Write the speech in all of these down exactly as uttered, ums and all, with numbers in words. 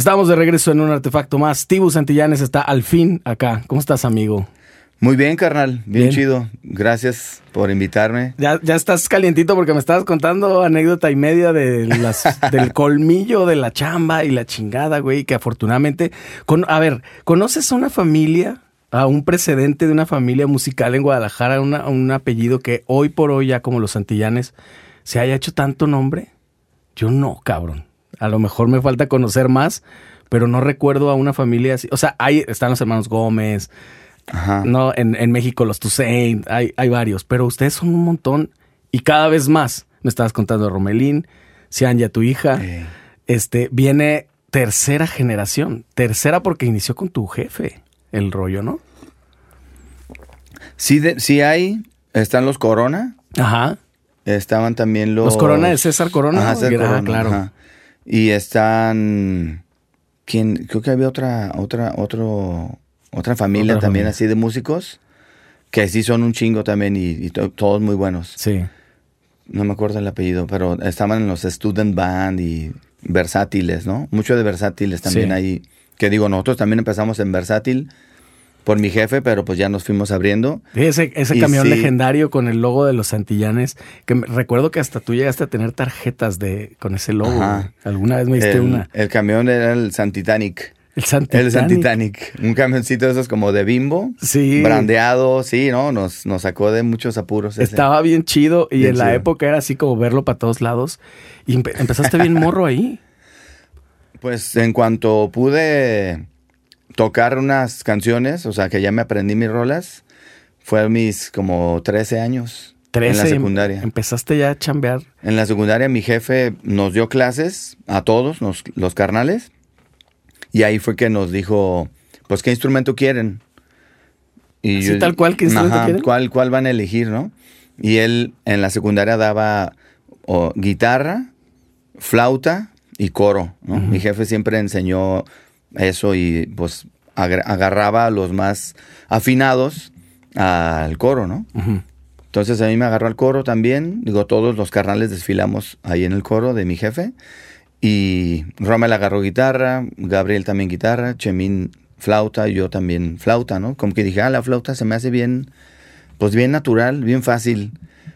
Estamos de regreso en un artefacto más. Tibu Santillanes está al fin acá. ¿Cómo estás, amigo? Muy bien, carnal. Bien, Bien. chido. Gracias por invitarme. Ya, ya estás calientito porque me estabas contando anécdota y media de las, del colmillo de la chamba y la chingada, güey, que afortunadamente... Con, a ver, ¿conoces a una familia, a un precedente de una familia musical en Guadalajara, una, un apellido que hoy por hoy, ya como los Santillanes, se haya hecho tanto nombre? Yo no, cabrón. A lo mejor me falta conocer más, pero no recuerdo a una familia así. O sea, ahí están los hermanos Gómez... Ajá. No, en, en México los Toussaint, hay, hay varios, pero ustedes son un montón y cada vez más. Me estabas contando de Romelín, Cianya, tu hija, Eh. este, viene tercera generación, tercera porque inició con tu jefe, el rollo, ¿no? Sí, de, sí hay, están los Corona, Ajá. estaban también los... Los Corona de César Corona. Ajá, César Ah, Corona, claro. ajá. Y están... ¿Quién? Creo que había otra, otra, otro... Otra familia Otra también familia. así de músicos, que sí son un chingo también y, y to- todos muy buenos. Sí. No me acuerdo el apellido, pero estaban en los Student Band y versátiles, ¿no? Mucho de versátiles también Sí. ahí. Que digo, nosotros también empezamos en versátil por mi jefe, pero pues ya nos fuimos abriendo. Sí, ese, ese Y camión sí. legendario con el logo de los Santillanes, que me- recuerdo que hasta tú llegaste a tener tarjetas de con ese logo. Ajá. Güey. Alguna vez me diste El, una. el camión era el Santitanic. El Santitanic. El Santitanic. Un camioncito de esos como de Bimbo. Sí. Brandeado, sí, ¿no? Nos, nos sacó de muchos apuros. ese. Estaba bien chido y Bien en la chido. época era así como verlo para todos lados. Y empe- empezaste bien morro ahí. Pues en cuanto pude tocar unas canciones, o sea, que ya me aprendí mis rolas, fue a mis como trece años. trece. En la secundaria. Empezaste ya a chambear. En la secundaria mi jefe nos dio clases a todos, nos- los carnales, y ahí fue que nos dijo, pues, ¿qué instrumento quieren? Y Así tal cual, ¿qué instrumento ajá, quieren? ¿cuál, ¿Cuál van a elegir, no? Y él en la secundaria daba o, guitarra, flauta y coro, ¿no? Ujú. Mi jefe siempre enseñó eso y pues agar- agarraba a los más afinados al coro, ¿no? Ujú. Entonces a mí me agarró al coro también. Digo, todos los carnales desfilamos ahí en el coro de mi jefe. Y Rommel agarró guitarra, Gabriel también guitarra, Chemín flauta y yo también flauta, ¿no? Como que dije, ah, la flauta se me hace bien, pues bien natural, bien fácil.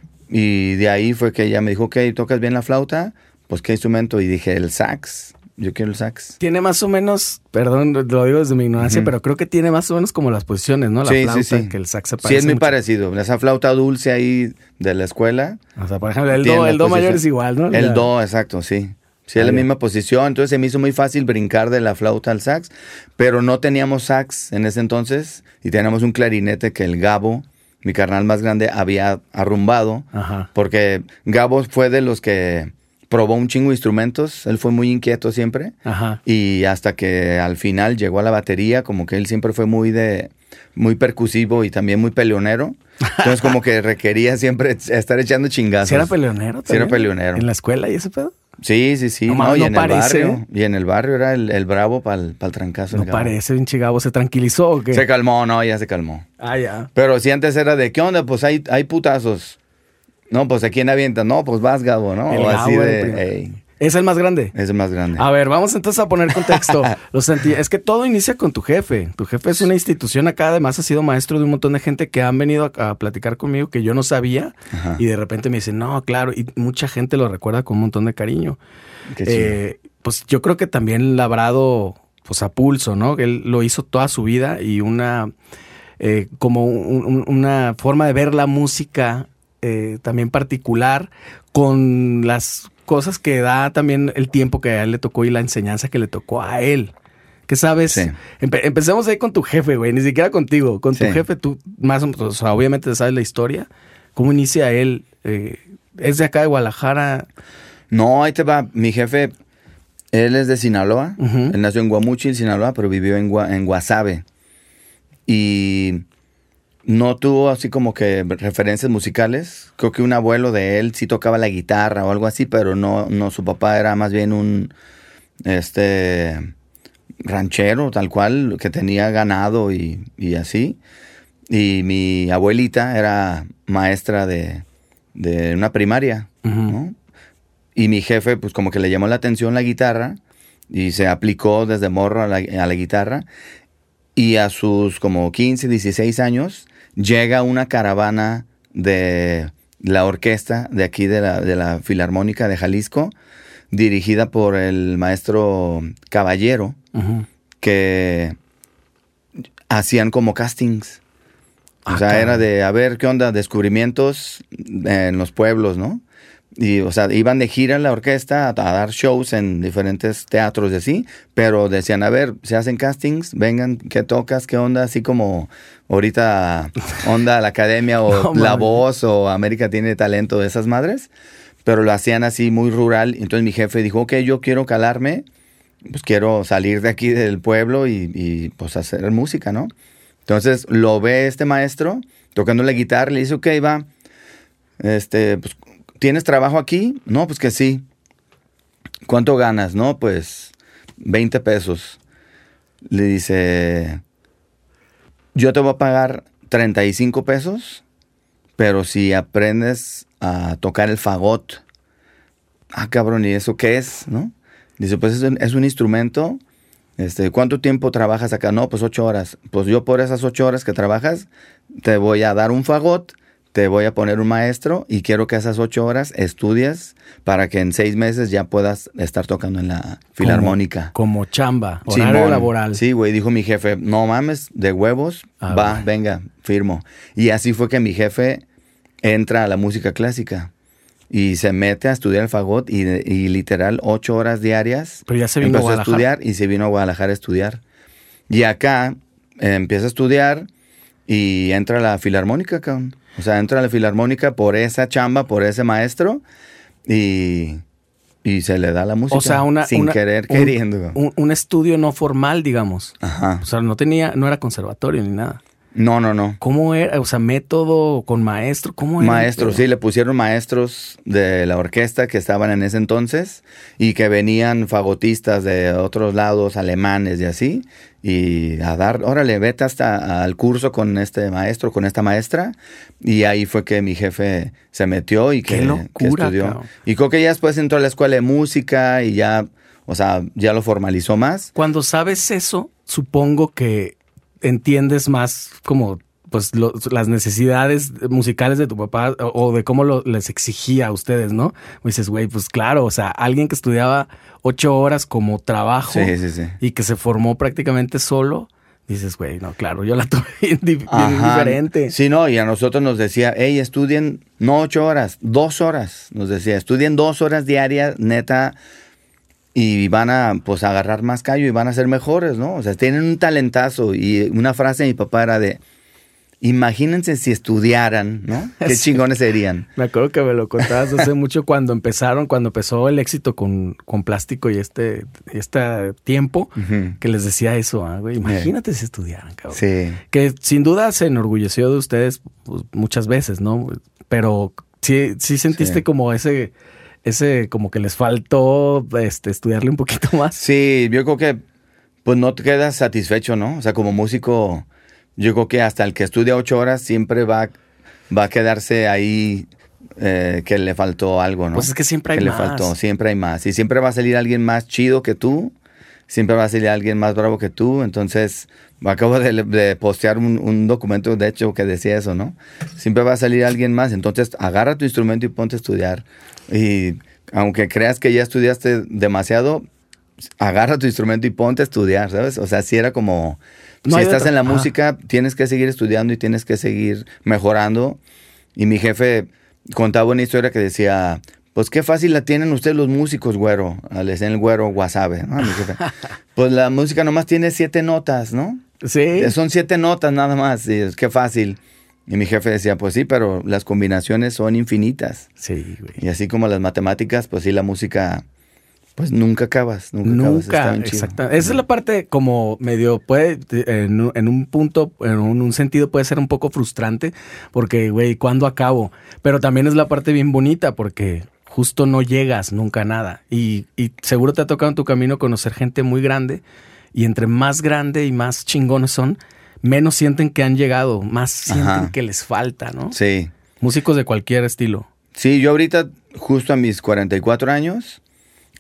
Y de ahí fue que ella me dijo, ok, ¿tocas bien la flauta? Pues, ¿qué instrumento? Y dije, el sax. Yo quiero el sax. Tiene más o menos, perdón, lo digo desde mi ignorancia, Ujú. pero creo que tiene más o menos como las posiciones, ¿no? La Sí, sí, flauta, sí. que el sax se Sí, parece es muy mucho. parecido. Esa flauta dulce ahí de la escuela. O sea, por ejemplo, el Tiene do, la el do mayor posición. es igual, ¿no? El La- do, exacto, sí. Sí, Ah, es la ya. misma posición. Entonces se me hizo muy fácil brincar de la flauta al sax. Pero no teníamos sax en ese entonces. Y teníamos un clarinete que el Gabo, mi carnal más grande, había arrumbado. Ajá. Porque Gabo fue de los que probó un chingo de instrumentos. Él fue muy inquieto siempre. Ajá. Y hasta que al final llegó a la batería, como que él siempre fue muy de muy percusivo y también muy peleonero. Entonces como que requería siempre estar echando chingazos. ¿Sí era peleonero Sí era también? peleonero. ¿En la escuela y ese pedo? Sí, sí, sí. No No, mames, y no en parece, el ¿eh? barrio. Y en el barrio era el, el bravo para el trancazo. No el Gabo. parece, pinche Gabo. ¿Se tranquilizó o qué? Se calmó, no, ya se calmó. Ah, ya. Pero si antes era de, ¿qué onda? Pues hay, hay putazos. No, pues ¿a quién avienta? No, pues vas, Gabo, ¿no? El o así Gabo era el de, primero. ey, ¿Es el más grande? es el más grande. A ver, vamos entonces a poner contexto. Los Santi- es que todo inicia con tu jefe. Tu jefe es una institución acá, además ha sido maestro de un montón de gente que han venido a, a platicar conmigo que yo no sabía. Ajá. Y de repente me dicen, no, claro, y mucha gente lo recuerda con un montón de cariño. Qué chido. Eh, pues yo creo que también labrado pues a pulso, ¿no? Él lo hizo toda su vida y una eh, como un- un- una forma de ver la música eh, también particular con las cosas que da también el tiempo que a él le tocó y la enseñanza que le tocó a él. ¿Qué sabes? Sí. Empe- empecemos ahí con tu jefe, güey, ni siquiera contigo. Con tu Sí. jefe, tú más o menos, o sea, obviamente sabes la historia. ¿Cómo inicia él? Eh, ¿Es de acá de Guadalajara? No, ahí te va. Mi jefe, él es de Sinaloa. Ujú. Él nació en Guamúchil, Sinaloa, pero vivió en, Gua- en Guasave. Y no tuvo así como que referencias musicales. Creo que un abuelo de él sí tocaba la guitarra o algo así, pero no, no, su papá era más bien un este ranchero, tal cual, que tenía ganado y, y así. Y mi abuelita era maestra de, de una primaria, Ujú. ¿no? Y mi jefe, pues como que le llamó la atención la guitarra y se aplicó desde morro a la, a la guitarra. Y a sus como quince, dieciséis años, llega una caravana de la orquesta de aquí de la, de la Filarmónica de Jalisco, dirigida por el maestro Caballero, uh-huh. que hacían como castings. Ah, o sea, caray. Era de, a ver, ¿qué onda? Descubrimientos en los pueblos, ¿no? Y, o sea, iban de gira la orquesta a, a dar shows en diferentes teatros de así, pero decían, a ver, se hacen castings, vengan, ¿qué tocas? ¿Qué onda? Así como ahorita onda la academia o no, La Voz o América Tiene Talento de esas madres, pero lo hacían así muy rural. Entonces mi jefe dijo, ok, yo quiero calarme, pues quiero salir de aquí del pueblo y, y pues hacer música, ¿no? Entonces lo ve este maestro tocando la guitarra, le dice, ok, va, este, pues, ¿tienes trabajo aquí? No, pues que sí. ¿Cuánto ganas? No, pues veinte pesos. Le dice, yo te voy a pagar treinta y cinco pesos, pero si aprendes a tocar el fagot. Ah, cabrón, ¿y eso qué es? ¿No? Dice, pues es un, es un instrumento. Este, ¿cuánto tiempo trabajas acá? No, pues ocho horas. Pues yo por esas ocho horas que trabajas, te voy a dar un fagot, te voy a poner un maestro y quiero que esas ocho horas estudies para que en seis meses ya puedas estar tocando en la Filarmónica. Como, como chamba, horario Simón, laboral. Sí, güey, dijo mi jefe, no mames, de huevos, ah, va, güey. Venga, firmo. Y así fue que mi jefe entra a la música clásica y se mete a estudiar el fagot y, y literal ocho horas diarias. Pero ya se vino empezó a a estudiar y se vino a Guadalajara a estudiar. Y acá eh, empieza a estudiar y entra a la Filarmónica, cabrón. O sea, entra a la Filarmónica por esa chamba, por ese maestro, y, y se le da la música. O sea, una, sin una, querer, un, queriendo. Un, un estudio no formal, digamos. Ajá. O sea, no tenía, no era conservatorio ni nada. No, no, no. ¿Cómo era? O sea, método con maestro, ¿cómo era? Maestros, sí, le pusieron maestros de la orquesta que estaban en ese entonces y que venían fagotistas de otros lados, alemanes y así, y a dar, órale, vete hasta al curso con este maestro, con esta maestra, y ahí fue que mi jefe se metió y que, ¡Qué locura, que estudió. Cabrón. Y creo que ya después entró a la escuela de música y ya, o sea, ya lo formalizó más. Cuando sabes eso, supongo que entiendes más como pues lo, las necesidades musicales de tu papá o, o de cómo lo, les exigía a ustedes, ¿no? Y dices, güey, pues claro, o sea, alguien que estudiaba ocho horas como trabajo sí, sí, sí. y que se formó prácticamente solo, dices, güey, no, claro, yo la tuve bien, bien diferente. Sí, no, y a nosotros nos decía, hey, estudien no ocho horas, dos horas, nos decía, estudien dos horas diarias, neta, y van a, pues, agarrar más callo y van a ser mejores, ¿no? O sea, tienen un talentazo. Y una frase de mi papá era de, imagínense si estudiaran, ¿no? Qué sí. Chingones serían. Me acuerdo que me lo contabas hace mucho cuando empezaron, cuando empezó el éxito con, con Plástico y este, este tiempo, uh-huh. que les decía eso, ¿eh, güey? Imagínate sí. si estudiaran, cabrón. Sí. Que sin duda se enorgulleció de ustedes pues, muchas veces, ¿no? Pero sí, sí sentiste sí. como ese... Ese como que les faltó este, estudiarle un poquito más. Sí, yo creo que pues no te quedas satisfecho, ¿no? O sea, como músico, yo creo que hasta el que estudia ocho horas siempre va, va a quedarse ahí eh, que le faltó algo, ¿no? Pues es que siempre hay que más. le faltó, siempre hay más. Y siempre va a salir alguien más chido que tú, siempre va a salir alguien más bravo que tú. Entonces, acabo de, de postear un, un documento, de hecho, que decía eso, ¿no? Siempre va a salir alguien más. Entonces, agarra tu instrumento y ponte a estudiar. Y aunque creas que ya estudiaste demasiado, agarra tu instrumento y ponte a estudiar, ¿sabes? O sea, si era como, no si estás en la ah. música, tienes que seguir estudiando y tienes que seguir mejorando. Y mi jefe contaba una historia que decía, pues qué fácil la tienen ustedes los músicos, güero. Le decían el güero Wasabe, ¿no? Mi jefe. Pues la música nomás tiene siete notas, ¿no? Sí. Son siete notas nada más, y es qué fácil. Y mi jefe decía, pues sí, pero las combinaciones son infinitas. Sí, güey. Y así como las matemáticas, pues sí, la música, pues nunca acabas, nunca, nunca acabas. Exacto. Esa es la parte como medio, puede, en, en un punto, en un, un sentido puede ser un poco frustrante, porque, güey, ¿cuándo acabo? Pero también es la parte bien bonita, porque justo no llegas nunca a nada. Y, y seguro te ha tocado en tu camino conocer gente muy grande, y entre más grande y más chingones son, menos sienten que han llegado, más sienten Ajá. que les falta, ¿no? Sí. Músicos de cualquier estilo. Sí, yo ahorita, justo a mis cuarenta y cuatro años,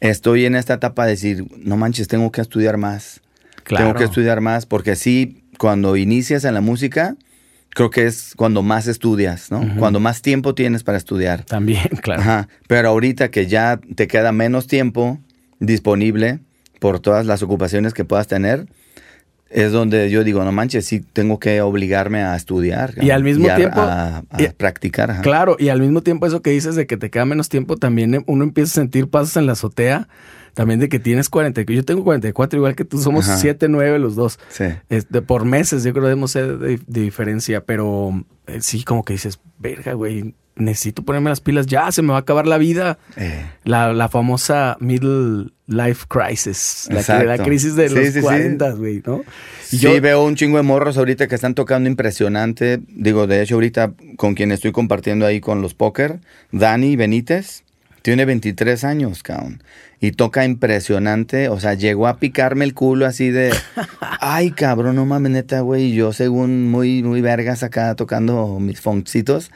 estoy en esta etapa de decir, no manches, tengo que estudiar más. Claro. Tengo que estudiar más porque sí, cuando inicias en la música, creo que es cuando más estudias, ¿no? Uh-huh. Cuando más tiempo tienes para estudiar. También, claro. Ajá. Pero ahorita que ya te queda menos tiempo disponible por todas las ocupaciones que puedas tener, es donde yo digo, no manches, sí tengo que obligarme a estudiar. Y al mismo y a, tiempo... A, a y, practicar. Ajá. Claro, y al mismo tiempo eso que dices de que te queda menos tiempo, también uno empieza a sentir pasos en la azotea, también de que tienes cuarenta, yo tengo cuarenta y cuatro igual que tú, somos siete, nueve los dos. Sí. Este, por meses, yo creo que debemos ser de, de diferencia, pero eh, sí como que dices, verga, güey, necesito ponerme las pilas ya, se me va a acabar la vida. Eh. La, la famosa middle life crisis, la, la crisis de sí, los sí, cuarenta, güey, sí. ¿no? Y sí, yo veo un chingo de morros ahorita que están tocando impresionante. Digo, de hecho, ahorita con quien estoy compartiendo ahí con los póker, Dani Benítez, tiene veintitrés años, cabrón. Y toca impresionante. O sea, llegó a picarme el culo así de... Ay, cabrón, no mames, neta, güey. Yo según muy, muy vergas acá tocando mis funkcitos.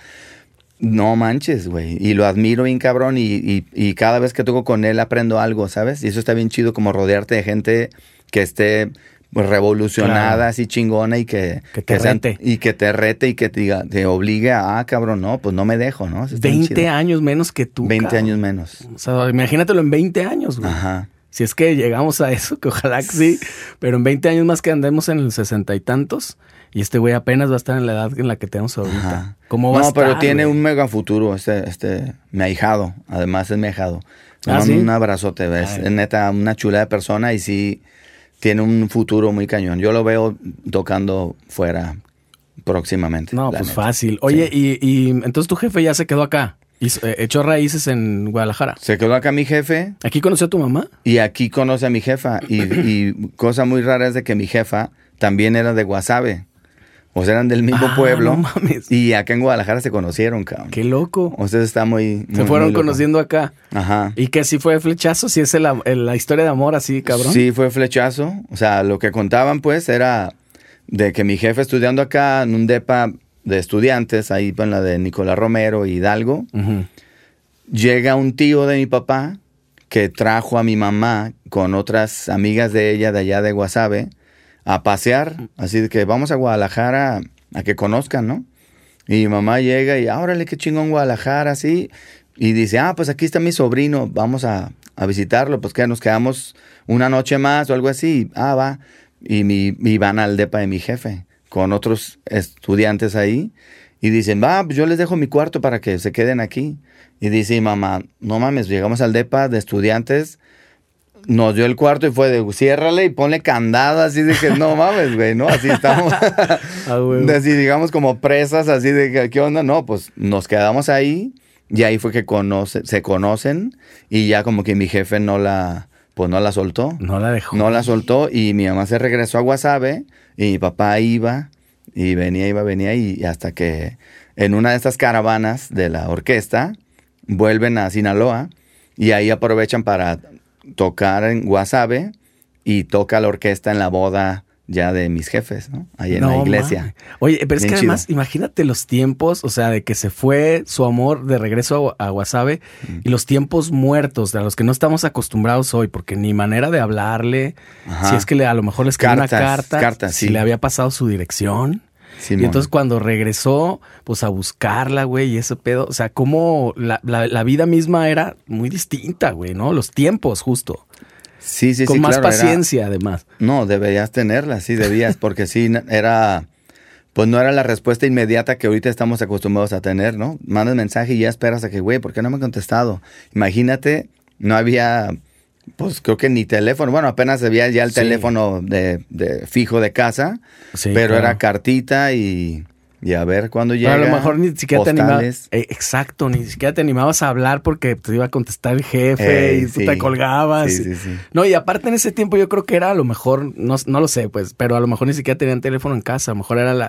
No manches, güey. Y lo admiro bien cabrón. Y, y, y cada vez que toco con él aprendo algo, ¿sabes? Y eso está bien chido, como rodearte de gente que esté... pues revolucionada, claro. así chingona y que, que te que rete. Sean, y que te rete y que te, diga, te obligue a, ah, cabrón, no, pues no me dejo, ¿no? veinte años menos que tú, veinte cabrón. años menos. O sea, imagínatelo en veinte años, güey. Ajá. Si es que llegamos a eso, que ojalá que sí, pero en veinte años más que andemos en el sesenta y tantos, y este güey apenas va a estar en la edad en la que tenemos ahorita. Ajá. ¿Cómo va no, a estar, pero tiene güey? un mega futuro, este, este, mi ahijado, además es mi ahijado. ¿Ah, un, sí? un abrazote, ¿ves? Es neta, una chula de persona y sí... tiene un futuro muy cañón. Yo lo veo tocando fuera próximamente. No, pues neta. Fácil. Oye, sí. y, y entonces tu jefe ya se quedó acá. Hizo, eh, echó raíces en Guadalajara. Se quedó acá mi jefe. ¿Aquí conoció a tu mamá? Y aquí conoce a mi jefa. Y, y cosa muy rara es de que mi jefa también era de Guasave. O sea, eran del mismo ah, pueblo. No mames. Y acá en Guadalajara se conocieron, cabrón. Qué loco. O sea, está muy... muy se fueron muy conociendo acá. Ajá. ¿Y que si fue flechazo? ¿Si es el, el, la historia de amor así, cabrón? Sí, fue flechazo. O sea, lo que contaban, pues, era de que mi jefe estudiando acá en un depa de estudiantes, ahí en la de Nicolás Romero y Hidalgo, uh-huh. llega un tío de mi papá que trajo a mi mamá con otras amigas de ella de allá de Guasave a pasear, así de que vamos a Guadalajara a que conozcan, ¿no? Y mi mamá llega y, órale, qué chingón Guadalajara, así, y dice, ah, pues aquí está mi sobrino, vamos a, a visitarlo, pues que nos quedamos una noche más o algo así, ah, va, y, mi, y van al depa de mi jefe, con otros estudiantes ahí, y dicen, va, pues yo les dejo mi cuarto para que se queden aquí, y dice mi mamá, no mames, llegamos al depa de estudiantes, nos dio el cuarto y fue de, ciérrale y ponle candado, así de que no mames, güey, ¿no? Así estamos, ah, así digamos como presas, así de que, ¿qué onda? No, pues nos quedamos ahí y ahí fue que conoce, se conocen y ya como que mi jefe no la, pues no la soltó. No la dejó. No la soltó y mi mamá se regresó a Guasave y mi papá iba y venía, iba, venía y hasta que en una de estas caravanas de la orquesta vuelven a Sinaloa y ahí aprovechan para... tocar en Guasave y toca la orquesta en la boda ya de mis jefes, ¿no? Ahí en no, la iglesia. Man. Oye, pero es bien que chido. Además, imagínate los tiempos, o sea, de que se fue su amor de regreso a, a Guasave mm. y los tiempos muertos de los que no estamos acostumbrados hoy, porque ni manera de hablarle, Ajá. si es que le, a lo mejor le escribió una carta, cartas, si sí. le había pasado su dirección. Sí, y entonces cuando regresó, pues a buscarla, güey, y ese pedo, o sea, como la, la, la vida misma era muy distinta, güey, ¿no? Los tiempos, justo. Sí, sí, Con sí, más claro, paciencia, era, además. No, deberías tenerla, sí, debías, porque sí, era, pues no era la respuesta inmediata que ahorita estamos acostumbrados a tener, ¿no? Mandas mensaje y ya esperas a que, güey, ¿por qué no me han contestado? Imagínate, no había... Pues creo que ni teléfono. Bueno, apenas había ya el sí. teléfono de, de fijo de casa. Sí, pero claro. era cartita y, y a ver cuándo llega. Pero a lo mejor ni siquiera postales. te animabas. Eh, exacto, ni siquiera te animabas a hablar porque te iba a contestar el jefe eh, y tú sí. te colgabas. Sí, sí, sí. No, y aparte en ese tiempo yo creo que era a lo mejor, no, no lo sé, pues, pero a lo mejor ni siquiera tenían teléfono en casa. A lo mejor era la...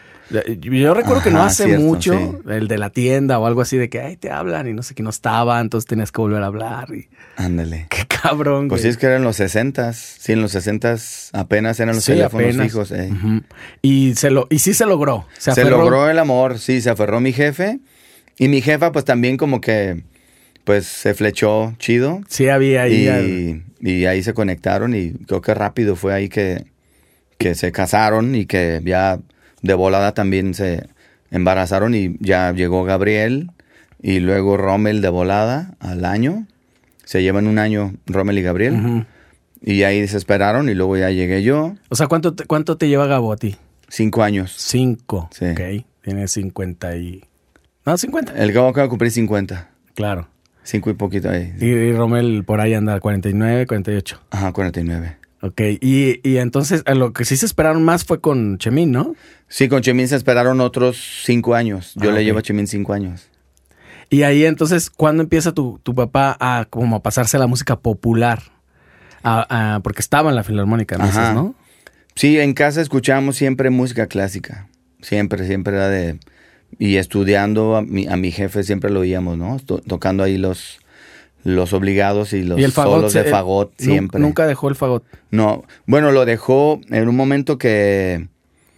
Yo recuerdo Ajá, que no hace cierto, mucho sí. el de la tienda o algo así de que ay, te hablan y no sé qué no estaba, entonces tenías que volver a hablar. Y... Ándale. Qué cabrón, Pues güey. sí, es que eran los sesentas. Sí, en los sesentas apenas eran los sí, teléfonos apenas. fijos. Eh. Uh-huh. Y, se lo, y sí se logró. Se, se logró el amor, sí, se aferró mi jefe. Y mi jefa, pues también como que, pues se flechó chido. Sí, había ahí. Y, al... y ahí se conectaron y creo que rápido fue ahí que, que se casaron y que ya de volada también se embarazaron y ya llegó Gabriel y luego Rommel de volada al año. Se llevan un año Rommel y Gabriel. Uh-huh. Y ahí se esperaron y luego ya llegué yo. O sea, ¿cuánto te, cuánto te lleva Gabo a ti? Cinco años. Cinco. Sí. Ok. Tiene cincuenta y... No, cincuenta. El Gabo acaba de cumplir cincuenta. Claro. Cinco y poquito ahí. Y, y Rommel por ahí anda, cuarenta y nueve, cuarenta y ocho. Ajá, cuarenta y nueve. Ok, y, y entonces a lo que sí se esperaron más fue con Chemín, ¿no? Sí, con Chemín se esperaron otros cinco años. Yo Ah, le ok. llevo a Chemín cinco años. Y ahí entonces, ¿cuándo empieza tu, tu papá a como a pasarse a la música popular? A, a- porque estaba en la Filarmónica, ¿no? Ajá. ¿no? Sí, en casa escuchábamos siempre música clásica. Siempre, siempre era de... Y estudiando a mi, a mi jefe siempre lo oíamos, ¿no? To- tocando ahí los, los obligados y los Y el fagot, solos de se- fagot nu- siempre. Nunca dejó el fagot. No, bueno, lo dejó en un momento que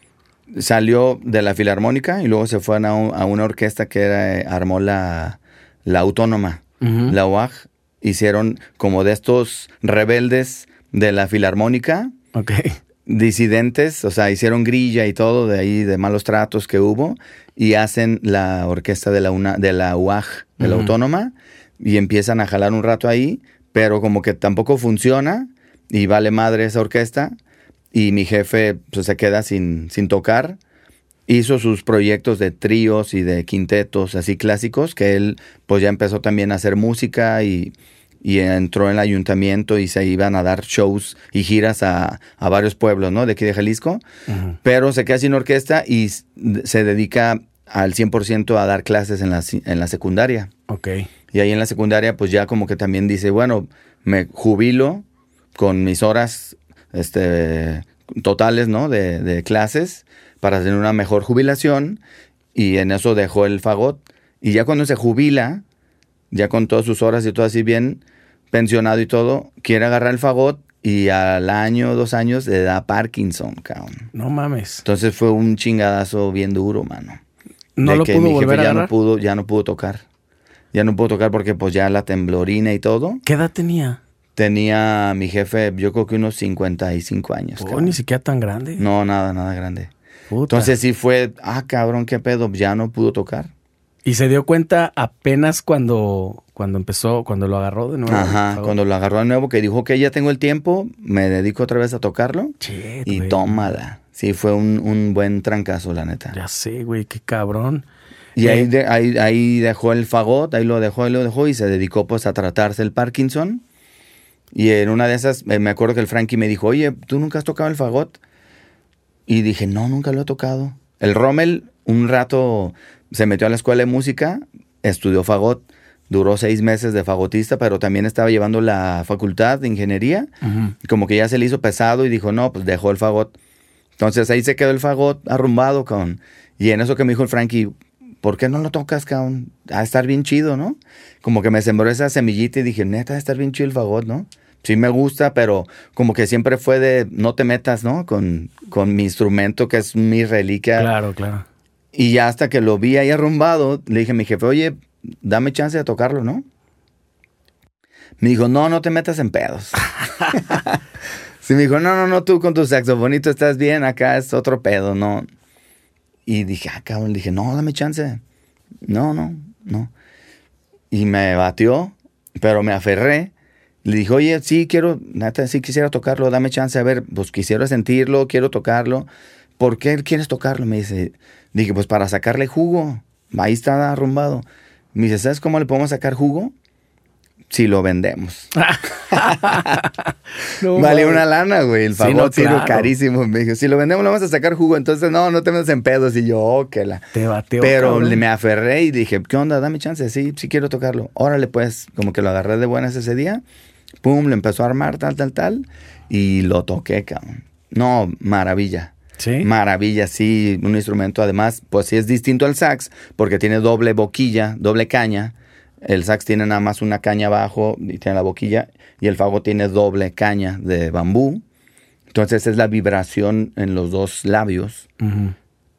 salió de la Filarmónica y luego se fue a, un- a una orquesta que era, eh, armó la, la Autónoma, Ujú. la U A G. Hicieron como de estos rebeldes de la Filarmónica, Ok. disidentes, o sea, hicieron grilla y todo de ahí, de malos tratos que hubo, y hacen la orquesta de la, una, de la U A G, de la Ujú. Autónoma, y empiezan a jalar un rato ahí, pero como que tampoco funciona, y vale madre esa orquesta, y mi jefe pues, se queda sin, sin tocar. Hizo sus proyectos de tríos y de quintetos así clásicos, que él pues ya empezó también a hacer música y, y entró en el ayuntamiento y se iban a dar shows y giras a, a varios pueblos, ¿no? De aquí de Jalisco. Ujú. Pero se queda sin orquesta y s- se dedica al cien por ciento a dar clases en la, si- en la secundaria. Ok. Y ahí en la secundaria pues ya como que también dice, bueno, me jubilo con mis horas este, totales, ¿no? De, de clases para tener una mejor jubilación, y en eso dejó el fagot. Y ya cuando se jubila, ya con todas sus horas y todo así bien pensionado y todo, quiere agarrar el fagot y al año, dos años le da Parkinson, cabrón. No mames. Entonces fue un chingadazo bien duro, mano. No De lo que pudo mi jefe volver a ya agarrar. no pudo, ya no pudo tocar. Ya no pudo tocar porque pues ya la temblorina y todo. ¿Qué edad tenía? Tenía mi jefe, yo creo que unos cincuenta y cinco años. Oh, cabrón. ni siquiera tan grande. No, nada, nada grande. Puta. Entonces sí fue, ah, cabrón, qué pedo, ya no pudo tocar. Y se dio cuenta apenas cuando, cuando empezó, cuando lo agarró de nuevo. Ajá, Fagot. cuando lo agarró de nuevo, que dijo que ya tengo el tiempo, me dedico otra vez a tocarlo. Shit, Y güey. tómala. Sí, fue un, un buen trancazo, la neta. Ya sé, güey, qué cabrón. Y Eh, ahí, de- ahí, ahí dejó el fagot, ahí lo dejó, ahí lo dejó y se dedicó pues a tratarse el Parkinson. Y en una de esas, eh, me acuerdo que el Frankie me dijo, oye, ¿tú nunca has tocado el fagot? Y dije, no, nunca lo he tocado. El Rommel un rato se metió a la escuela de música, estudió fagot, duró seis meses de fagotista, pero también estaba llevando la facultad de ingeniería. Ujú. Como que ya se le hizo pesado y dijo, no, pues dejó el fagot. Entonces ahí se quedó el fagot arrumbado, cabrón. Y en eso que me dijo el Frankie, ¿por qué no lo tocas, cabrón? A estar bien chido, ¿no? Como que me sembró esa semillita y dije, neta, a estar bien chido el fagot, ¿no? Sí me gusta, pero como que siempre fue de, no te metas, ¿no? Con, con mi instrumento, que es mi reliquia. Claro, claro. Y ya hasta que lo vi ahí arrumbado, le dije a mi jefe, oye, dame chance de tocarlo, ¿no? Me dijo, no, no te metas en pedos. Sí, me dijo, no, no, no, tú con tu saxofonito estás bien, acá es otro pedo, no. Y dije, ah, cabrón, dije, no, dame chance. No, no, no. Y me batió, pero me aferré. Le dije, oye, sí quiero, neta, sí quisiera tocarlo, dame chance, a ver, pues quisiera sentirlo, quiero tocarlo. ¿Por qué quieres tocarlo? Me dice, dije, pues para sacarle jugo. Ahí está arrumbado. Me dice, ¿sabes cómo le podemos sacar jugo? Si lo vendemos. No, Vale mames. una lana, güey. El Sí, fagot no, sí, lo claro. carísimo. Me dijo, si lo vendemos, le vamos a sacar jugo. Entonces, no, no te metas en pedos. Y yo, oh, que la. Te bateó, Pero cabrón. le- me aferré y dije, ¿qué onda? Dame chance. Sí, sí quiero tocarlo. Órale, pues, como que lo agarré de buenas ese día. Pum, lo empezó a armar, tal, tal, tal. Y lo toqué, cabrón. No, maravilla. ¿Sí? Maravilla, sí. Un instrumento, además, pues sí es distinto al sax, porque tiene doble boquilla, doble caña. El sax tiene nada más una caña abajo y tiene la boquilla, y el fagot tiene doble caña de bambú. Entonces es la vibración en los dos labios Ujú.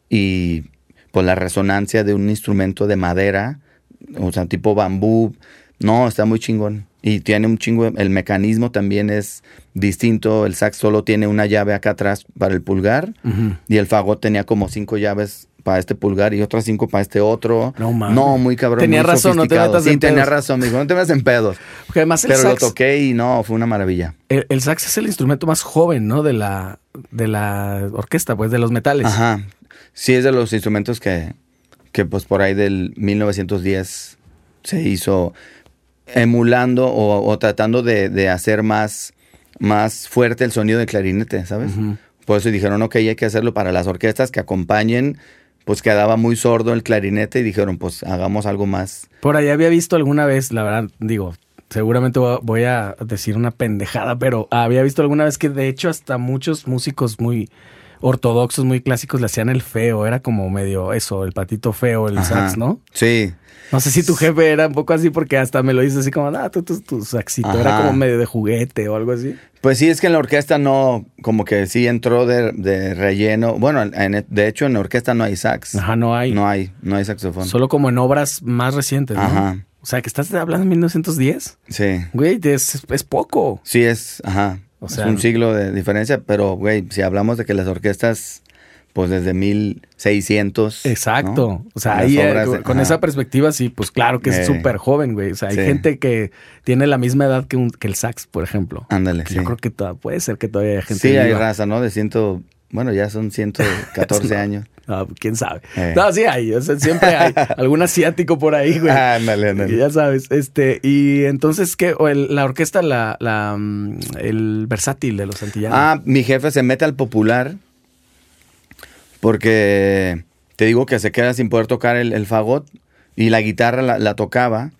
y pues la resonancia de un instrumento de madera, o sea, tipo bambú, No, está muy chingón. Y tiene un chingo, el mecanismo también es distinto. El sax solo tiene una llave acá atrás para el pulgar. Uh-huh. Y el fagot tenía como cinco llaves para este pulgar y otras cinco para este otro. No, mames. No, muy cabrón. Tenía muy razón, no te metas sí, en pedos. Sí, tenía razón, dijo, no te metas en pedos. Porque además el Pero sax, lo toqué y no, fue una maravilla. El, el sax es el instrumento más joven, ¿no? De la, de la orquesta, pues, de los metales. Ajá. Sí, es de los instrumentos que, que pues por ahí del mil novecientos diez se hizo emulando o, o tratando de, de hacer más, más fuerte el sonido del clarinete, ¿sabes? Uh-huh. Por eso dijeron, ok, hay que hacerlo para las orquestas que acompañen, pues quedaba muy sordo el clarinete y dijeron, pues hagamos algo más. Por ahí había visto alguna vez, la verdad, digo, seguramente voy a decir una pendejada, pero había visto alguna vez que de hecho hasta muchos músicos muy ortodoxos, muy clásicos le hacían el feo, era como medio eso, el patito feo, el Ajá. sax, ¿no? Sí. No sé si tu jefe era un poco así porque hasta me lo dices así como, ah, tú, tú, tu saxito, Ajá. era como medio de juguete o algo así. Pues sí, es que en la orquesta no, como que sí entró de, de relleno. Bueno, en, de hecho en la orquesta no hay sax. Ajá, no hay. No hay, no hay saxofón. Solo como en obras más recientes, ¿no? Ajá. O sea, que estás hablando de mil novecientos diez. Sí. Güey, es, es poco. Sí, es, ajá. O sea, es un siglo de diferencia, pero, güey, si hablamos de que las orquestas, pues desde mil seiscientos. Exacto. ¿no? O sea, ahí, de, con, con esa perspectiva, sí, pues claro que es eh, súper joven, güey. O sea, hay sí. gente que tiene la misma edad que, un, que el sax, por ejemplo. Ándale, sí. Yo creo que toda, puede ser que todavía hay gente. Sí, viva. hay raza, ¿no? De ciento, bueno, ya son ciento catorce no, años. No, quién sabe. Eh. No, sí hay. O sea, siempre hay algún asiático por ahí, güey. Ándale, ándale. Ya sabes. Este, y entonces, ¿qué? O el, la orquesta, la, la, el versátil de los Santillanos. Ah, mi jefe se mete al popular porque te digo que se queda sin poder tocar el, el fagot y la guitarra la, la tocaba.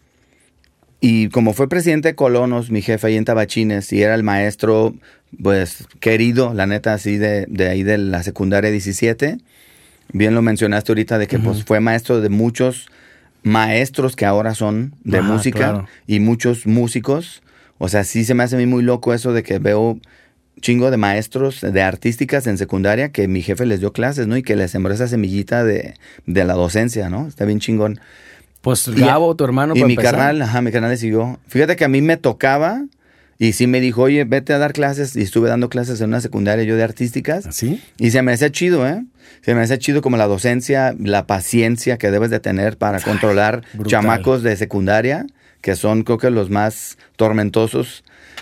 Y como fue presidente de Colonos, mi jefe ahí en Tabachines, y era el maestro, pues, querido, la neta, así de, de ahí de la secundaria diecisiete. Bien lo mencionaste ahorita de que, uh-huh. pues, fue maestro de muchos maestros que ahora son de ah, música claro. y muchos músicos. O sea, sí se me hace a mí muy loco eso de que veo chingo de maestros de artísticas en secundaria que mi jefe les dio clases, ¿no? Y que les sembró esa semillita de, de la docencia, ¿no? Está bien chingón. Pues Gabo, y, tu hermano, Y mi empezar. carnal, ajá, mi carnal le siguió. Fíjate que a mí me tocaba y sí me dijo, oye, vete a dar clases. Y estuve dando clases en una secundaria yo de artísticas. ¿Así? Y se me hacía chido, ¿eh? Se me hacía chido como la docencia, la paciencia que debes de tener para controlar Ay, chamacos de secundaria, que son creo que los más tormentosos.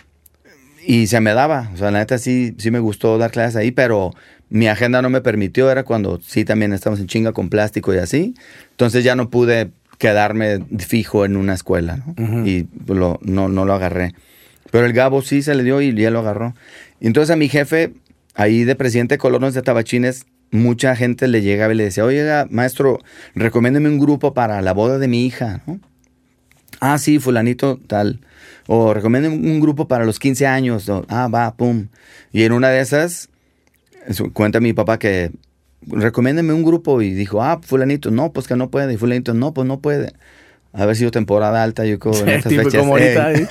Y se me daba, o sea, la neta sí, sí me gustó dar clases ahí, pero mi agenda no me permitió, era cuando sí también estamos en chinga con plástico y así. Entonces ya no pude quedarme fijo en una escuela, ¿no? Uh-huh. Y lo, no, no lo agarré. Pero el Gabo sí se le dio y ya lo agarró. Y entonces a mi jefe, ahí de presidente de Colonos de Tabachines, mucha gente le llegaba y le decía, oye, maestro, recomiéndeme un grupo para la boda de mi hija, ¿no? Ah, sí, fulanito, tal. O recomiéndeme un grupo para los quince años. O, ah, va, pum. Y en una de esas, cuenta mi papá que recomiéndeme un grupo y dijo, ah, fulanito, no, pues que no puede. Y fulanito, no, pues no puede. Haber sido temporada alta, yo creo, en esas tipo fechas. Como ahorita, eh.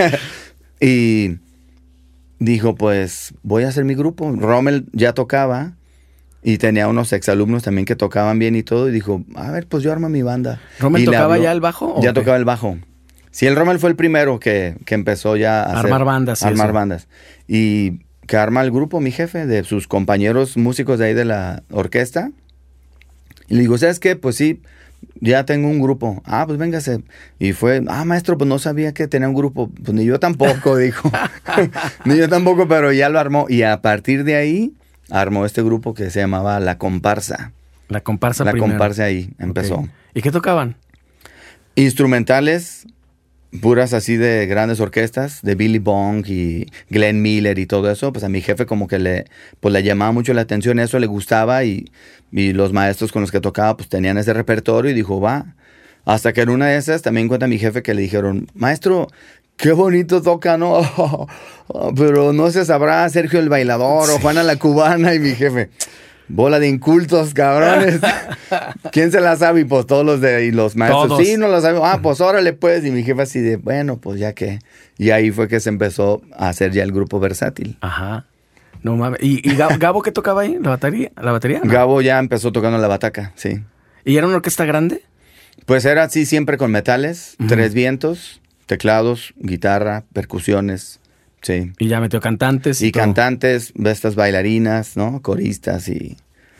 Y dijo, pues voy a hacer mi grupo. Rommel ya tocaba y tenía unos exalumnos también que tocaban bien y todo. Y dijo, a ver, pues yo armo mi banda. ¿Rommel tocaba ya el bajo? Ya qué? tocaba el bajo. Sí, el Rommel fue el primero que, que empezó ya a armar hacer, bandas. Sí, armar eso. bandas. Y que arma el grupo, mi jefe, de sus compañeros músicos de ahí de la orquesta. Y le digo, ¿sabes qué? Pues sí, ya tengo un grupo. Ah, pues véngase. Y fue, ah, maestro, pues no sabía que tenía un grupo. Pues ni yo tampoco, dijo. Ni yo tampoco, pero ya lo armó. Y a partir de ahí, armó este grupo que se llamaba La Comparsa. La Comparsa La primero. Comparsa ahí empezó. Okay. ¿Y qué tocaban? Instrumentales, puras así de grandes orquestas, de Billy Bong y Glenn Miller y todo eso. Pues a mi jefe como que le, pues le llamaba mucho la atención, eso le gustaba y, y los maestros con los que tocaba pues tenían ese repertorio y dijo, va. Hasta que en una de esas también cuenta mi jefe que le dijeron, maestro, qué bonito toca, ¿no? Pero no se sabrá Sergio el Bailador o Juana la Cubana. Y mi jefe, bola de incultos, cabrones. ¿Quién se la sabe? Y pues todos los de y los maestros, todos. Sí, no lo saben. Ah, pues órale pues. Y mi jefe así de, bueno, pues ya que. Y ahí fue que se empezó a hacer ya el grupo versátil. Ajá. No mames. ¿Y, y Gabo, Gabo qué tocaba ahí? ¿La batería? ¿La batería? No. Gabo ya empezó tocando la bataca, sí. ¿Y era una orquesta grande? Pues era así siempre con metales, uh-huh. tres vientos, teclados, guitarra, percusiones, sí. Y ya metió cantantes. Y, Y, todo. cantantes, estas bailarinas, ¿no? Coristas y,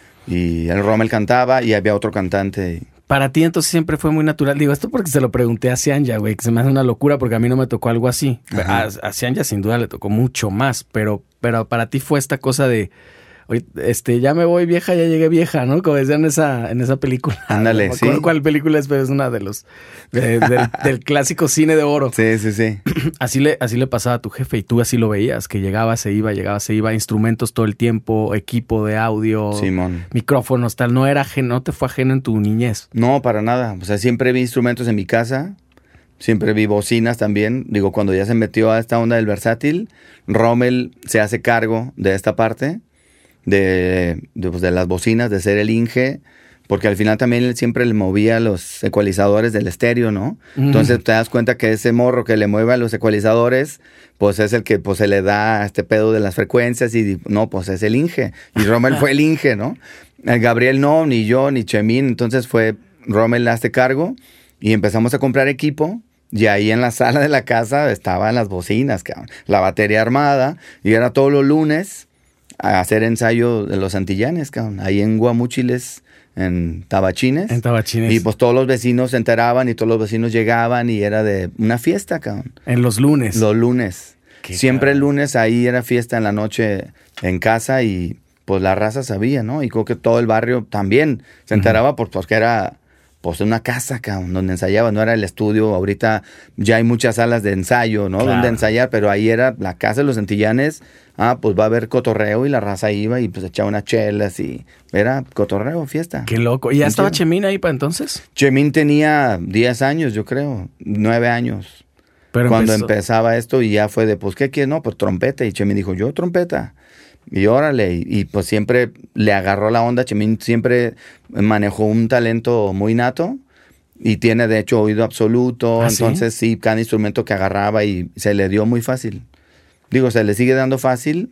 y el Rommel cantaba y había otro cantante. Para ti entonces siempre fue muy natural. Digo, esto porque se lo pregunté a Cianya, güey, que se me hace una locura porque a mí no me tocó algo así. A, a Cianya sin duda le tocó mucho más, pero, pero para ti fue esta cosa de, oye, este, ya me voy vieja, ya llegué vieja, ¿no? Como decían en esa, en esa película. Ándale, no me acuerdo sí. cuál película es, pero es una de los, de- del, del clásico cine de oro. Sí, sí, sí. Así le, así le pasaba a tu jefe y tú así lo veías, que llegaba, se iba, llegaba, se iba, instrumentos todo el tiempo, equipo de audio, Simón. micrófonos, tal. No era ajeno, no te fue ajeno en tu niñez. No, para nada. O sea, siempre vi instrumentos en mi casa. Siempre vi bocinas también. Digo, cuando ya se metió a esta onda del versátil, Rommel se hace cargo de esta parte, de, de, pues, de las bocinas, de ser el Inge, porque al final también él siempre le movía los ecualizadores del estéreo, ¿no? Mm. Entonces te das cuenta que ese morro que le mueve a los ecualizadores, pues es el que pues se le da este pedo de las frecuencias y no, pues es el Inge. Y Rommel fue el Inge, ¿no? El Gabriel no, ni yo, ni Chemín. Entonces fue Rommel hace cargo y empezamos a comprar equipo. Y ahí en la sala de la casa estaban las bocinas, cabrón, la batería armada. Y era todos los lunes a hacer ensayo de los Antillanes, cabrón, ahí en Guamúchiles, en Tabachines. En Tabachines. Y pues todos los vecinos se enteraban y todos los vecinos llegaban y era de una fiesta, cabrón. En los lunes. Los lunes. Qué Siempre el cabrón. lunes ahí era fiesta en la noche en casa y pues la raza sabía, ¿no? Y creo que todo el barrio también se enteraba por, porque era pues una casa, cabrón, donde ensayaba, no era el estudio. Ahorita ya hay muchas salas de ensayo, ¿no? Claro. Donde ensayar, pero ahí era la casa de los Antillanes. Ah, pues va a haber cotorreo y la raza iba y pues echaba unas chelas y era cotorreo, fiesta. Qué loco. ¿Y ya estaba Entiendo. Chemín ahí para entonces? Chemín tenía diez años, yo creo, nueve años. Pero Cuando empezó- empezaba esto y ya fue de, pues, ¿qué quieres? No, pues trompeta. Y Chemín dijo, yo trompeta. Y órale. Y, y, pues siempre le agarró la onda. Chemín siempre manejó un talento muy nato y tiene de hecho oído absoluto. ¿Ah, sí? Entonces sí, cada instrumento que agarraba y se le dio muy fácil. Digo, se le sigue dando fácil.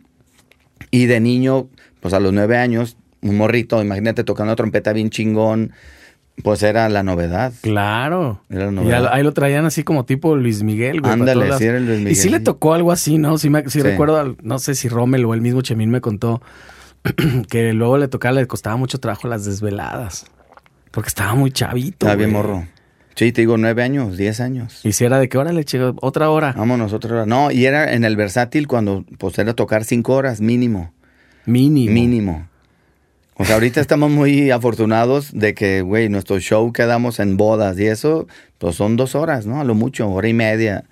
Y de niño, pues a los nueve años, un morrito, imagínate tocando trompeta bien chingón, pues era la novedad. Claro. Era la Y novedad. ahí lo traían así como tipo Luis Miguel, güey. para Ándale, todas las- sí era el Luis Y Miguel, sí le sí. tocó algo así, ¿no? Sí, me, sí Sí. recuerdo, al- no sé si Rommel o el mismo Chemín me contó que luego le tocaba, le costaba mucho trabajo las desveladas. Porque estaba muy chavito. Estaba bien güey. morro. Sí, te digo, nueve años, diez años. Y si era de que hora le llegó otra hora. Vámonos otra hora. No, y era en el versátil cuando pues era tocar cinco horas mínimo. Mínimo. Mínimo. O sea, ahorita estamos muy afortunados de que, güey, nuestro show que damos en bodas y eso, pues son dos horas, ¿no? A lo mucho, hora y media.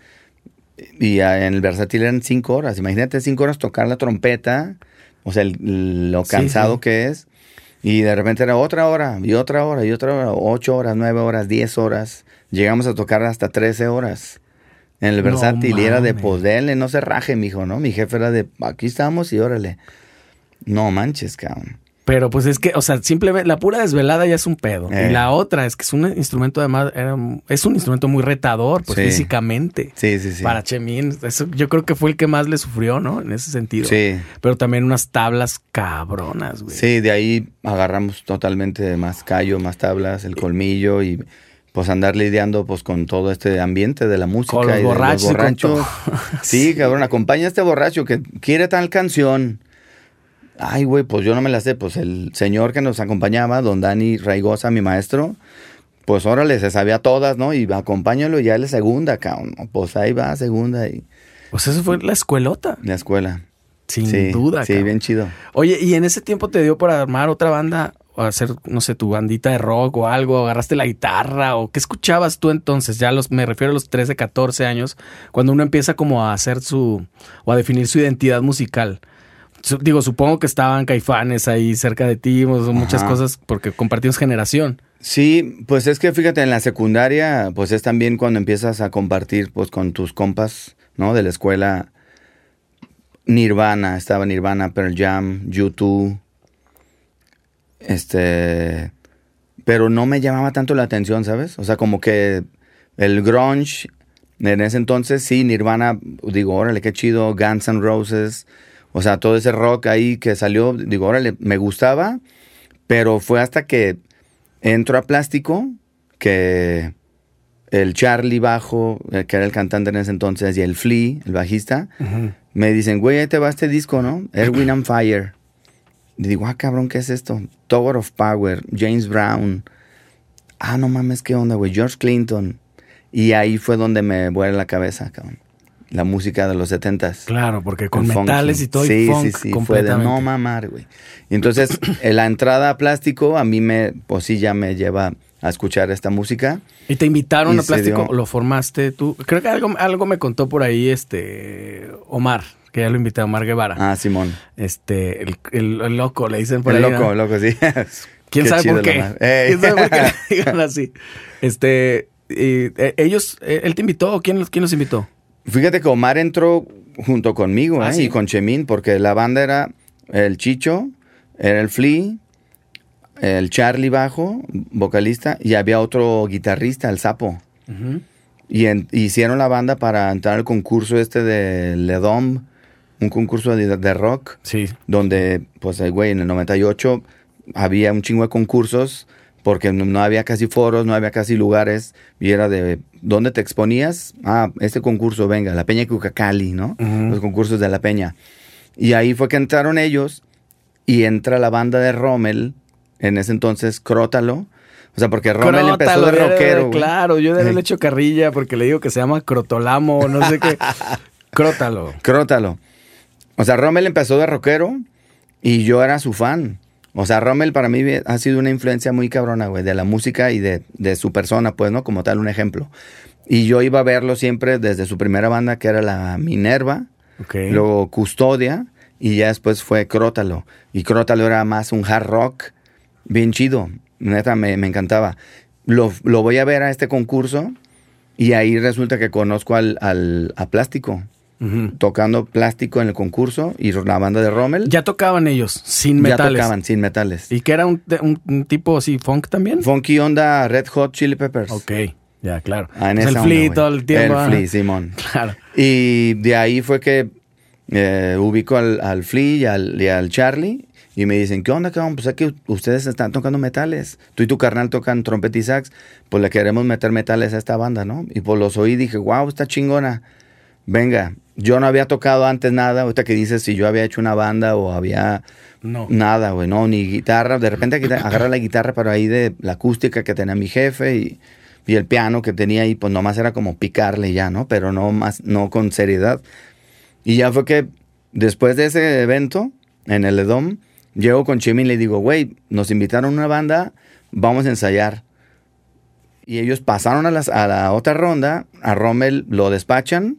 Y ah, en el versátil eran cinco horas. Imagínate cinco horas tocar la trompeta, o sea, el- lo Sí, cansado sí. que es. Y de repente era otra hora, y otra hora, y otra hora, ocho horas, nueve horas, diez horas. Llegamos a tocar hasta trece horas en el No versátil. Y era de, mames. pues, denle, no se raje, mijo, ¿no? Mi jefe era de, aquí estamos y órale. No manches, cabrón. Pero pues es que, o sea, simplemente la pura desvelada ya es un pedo. Eh. Y la otra es que es un instrumento además, era, es un instrumento muy retador, pues Sí. físicamente. Sí, sí, sí. Para Chemín, eso yo creo que fue el que más le sufrió, ¿no? En ese sentido. Sí. Pero también unas tablas cabronas, güey. Sí, de ahí agarramos totalmente más callo, más tablas, el colmillo y pues andar lidiando pues con todo este ambiente de la música Con los y de borrachos y con borrachos. todo. Sí, cabrón, acompaña a este borracho que quiere tal canción. Ay, güey, pues yo no me la sé. Pues el señor que nos acompañaba, don Dani Raigosa, mi maestro, pues órale, se sabía todas, ¿no? Y acompáñalo y ya la segunda, cabrón. Pues ahí va, segunda y Pues eso fue la escuelota. la escuela. Sin sí, duda, Sí, cabrón. bien chido. Oye, ¿y en ese tiempo te dio por armar otra banda? O hacer, no sé, tu bandita de rock o algo, agarraste la guitarra o qué escuchabas tú entonces, ya los, me refiero a los trece, catorce años, cuando uno empieza como a hacer su, o a definir su identidad musical. Su- digo, supongo que estaban Caifanes ahí cerca de ti, o sea, muchas Ajá. cosas, porque compartimos generación. Sí, pues es que fíjate, en la secundaria, pues es también cuando empiezas a compartir pues con tus compas, ¿no? De la escuela. Nirvana, estaba Nirvana, Pearl Jam, U dos. Este, pero no me llamaba tanto la atención, ¿sabes? O sea, como que el grunge, en ese entonces, sí, Nirvana, digo, órale, qué chido, Guns N' Roses, o sea, todo ese rock ahí que salió, digo, órale, me gustaba, pero fue hasta que entro a Plástico que el Charlie bajo, eh, que era el cantante en ese entonces, y el Flea, el bajista, uh-huh. me dicen, güey, ahí te va este disco, ¿no? Earth, Wind and Fire. Y digo, ah, cabrón, ¿qué es esto? Tower of Power, James Brown. Ah, no mames, ¿qué onda, güey? George Clinton. Y ahí fue donde me vuela la cabeza, cabrón. La música de los setentas. Claro, porque con metales funky. Y todo, sí, y funk sí, sí, fue de no mamar, güey. Y entonces, la entrada a Plástico, a mí me, pues sí, ya me lleva a escuchar esta música. ¿Y te invitaron y a Plástico? dio... ¿Lo formaste tú? Creo que algo, algo me contó por ahí este Omar, que ya lo invité a Omar Guevara. Ah, Simón. Este, el, el, el loco, le dicen por el ahí. El loco, ¿no? el loco, sí. ¿Quién, sabe por qué? ¿Quién sabe por qué le digan así? Este, y, eh, ellos, eh, ¿él te invitó o quién, quién los invitó? Fíjate que Omar entró junto conmigo, ah, ¿eh? ¿sí? Y con Chemín, porque la banda era el Chicho, era el Flea, el Charlie bajo, vocalista, y había otro guitarrista, el Sapo. Uh-huh. Y en, hicieron la banda para entrar al concurso este de Ledom, un concurso de, de rock. Sí. Donde, pues, güey, en el noventa y ocho había un chingo de concursos porque no, no había casi foros, no había casi lugares. Y era de, ¿dónde te exponías? Ah, este concurso, venga, la Peña Cucacali, ¿no? Uh-huh. Los concursos de la Peña. Y ahí fue que entraron ellos y entra la banda de Rommel, en ese entonces, Crótalo. O sea, porque Rommel empezó de rockero. De, claro, yo de haberle hecho carrilla porque le digo que se llama Crotolamo, no sé qué. Crótalo. Crótalo. O sea, Rommel empezó de rockero y yo era su fan. O sea, Rommel para mí ha sido una influencia muy cabrona, güey, de la música y de, de su persona, pues, ¿no? Como tal, un ejemplo. Y yo iba a verlo siempre desde su primera banda, que era la Minerva. Okay. Luego Custodia. Y ya después fue Crótalo. Y Crótalo era más un hard rock bien chido. Neta, me, me encantaba. Lo, lo voy a ver a este concurso y ahí resulta que conozco al, al, a Plástico. Uh-huh. Tocando Plástico en el concurso y la banda de Rommel. Ya tocaban ellos, sin metales. Ya tocaban, sin metales. ¿Y que era un, un, un tipo así, funk también? Funky onda Red Hot Chili Peppers. Ok, ya, claro. Ah, en pues esa el Flea onda, todo el tiempo. El Flea, Simón. Claro. Y de ahí fue que eh, ubico al, al Flea y al, y al Charlie. Y me dicen, ¿qué onda, cabrón? Pues es que ustedes están tocando metales. Tú y tu carnal tocan trompeta y sax. Pues le queremos meter metales a esta banda, ¿no? Y pues los oí y dije, wow, está chingona. Venga, yo no había tocado antes nada. Ahorita que dices si yo había hecho una banda o había no. nada, güey, no, ni guitarra. De repente agarra la guitarra, pero ahí de la acústica que tenía mi jefe y, y el piano que tenía ahí, pues nomás era como picarle ya, ¿no? Pero no más, no con seriedad. Y ya fue que después de ese evento, en el Edom, llego con Chemi y le digo, güey, nos invitaron a una banda, vamos a ensayar. Y ellos pasaron a, las, a la otra ronda, a Rommel lo despachan.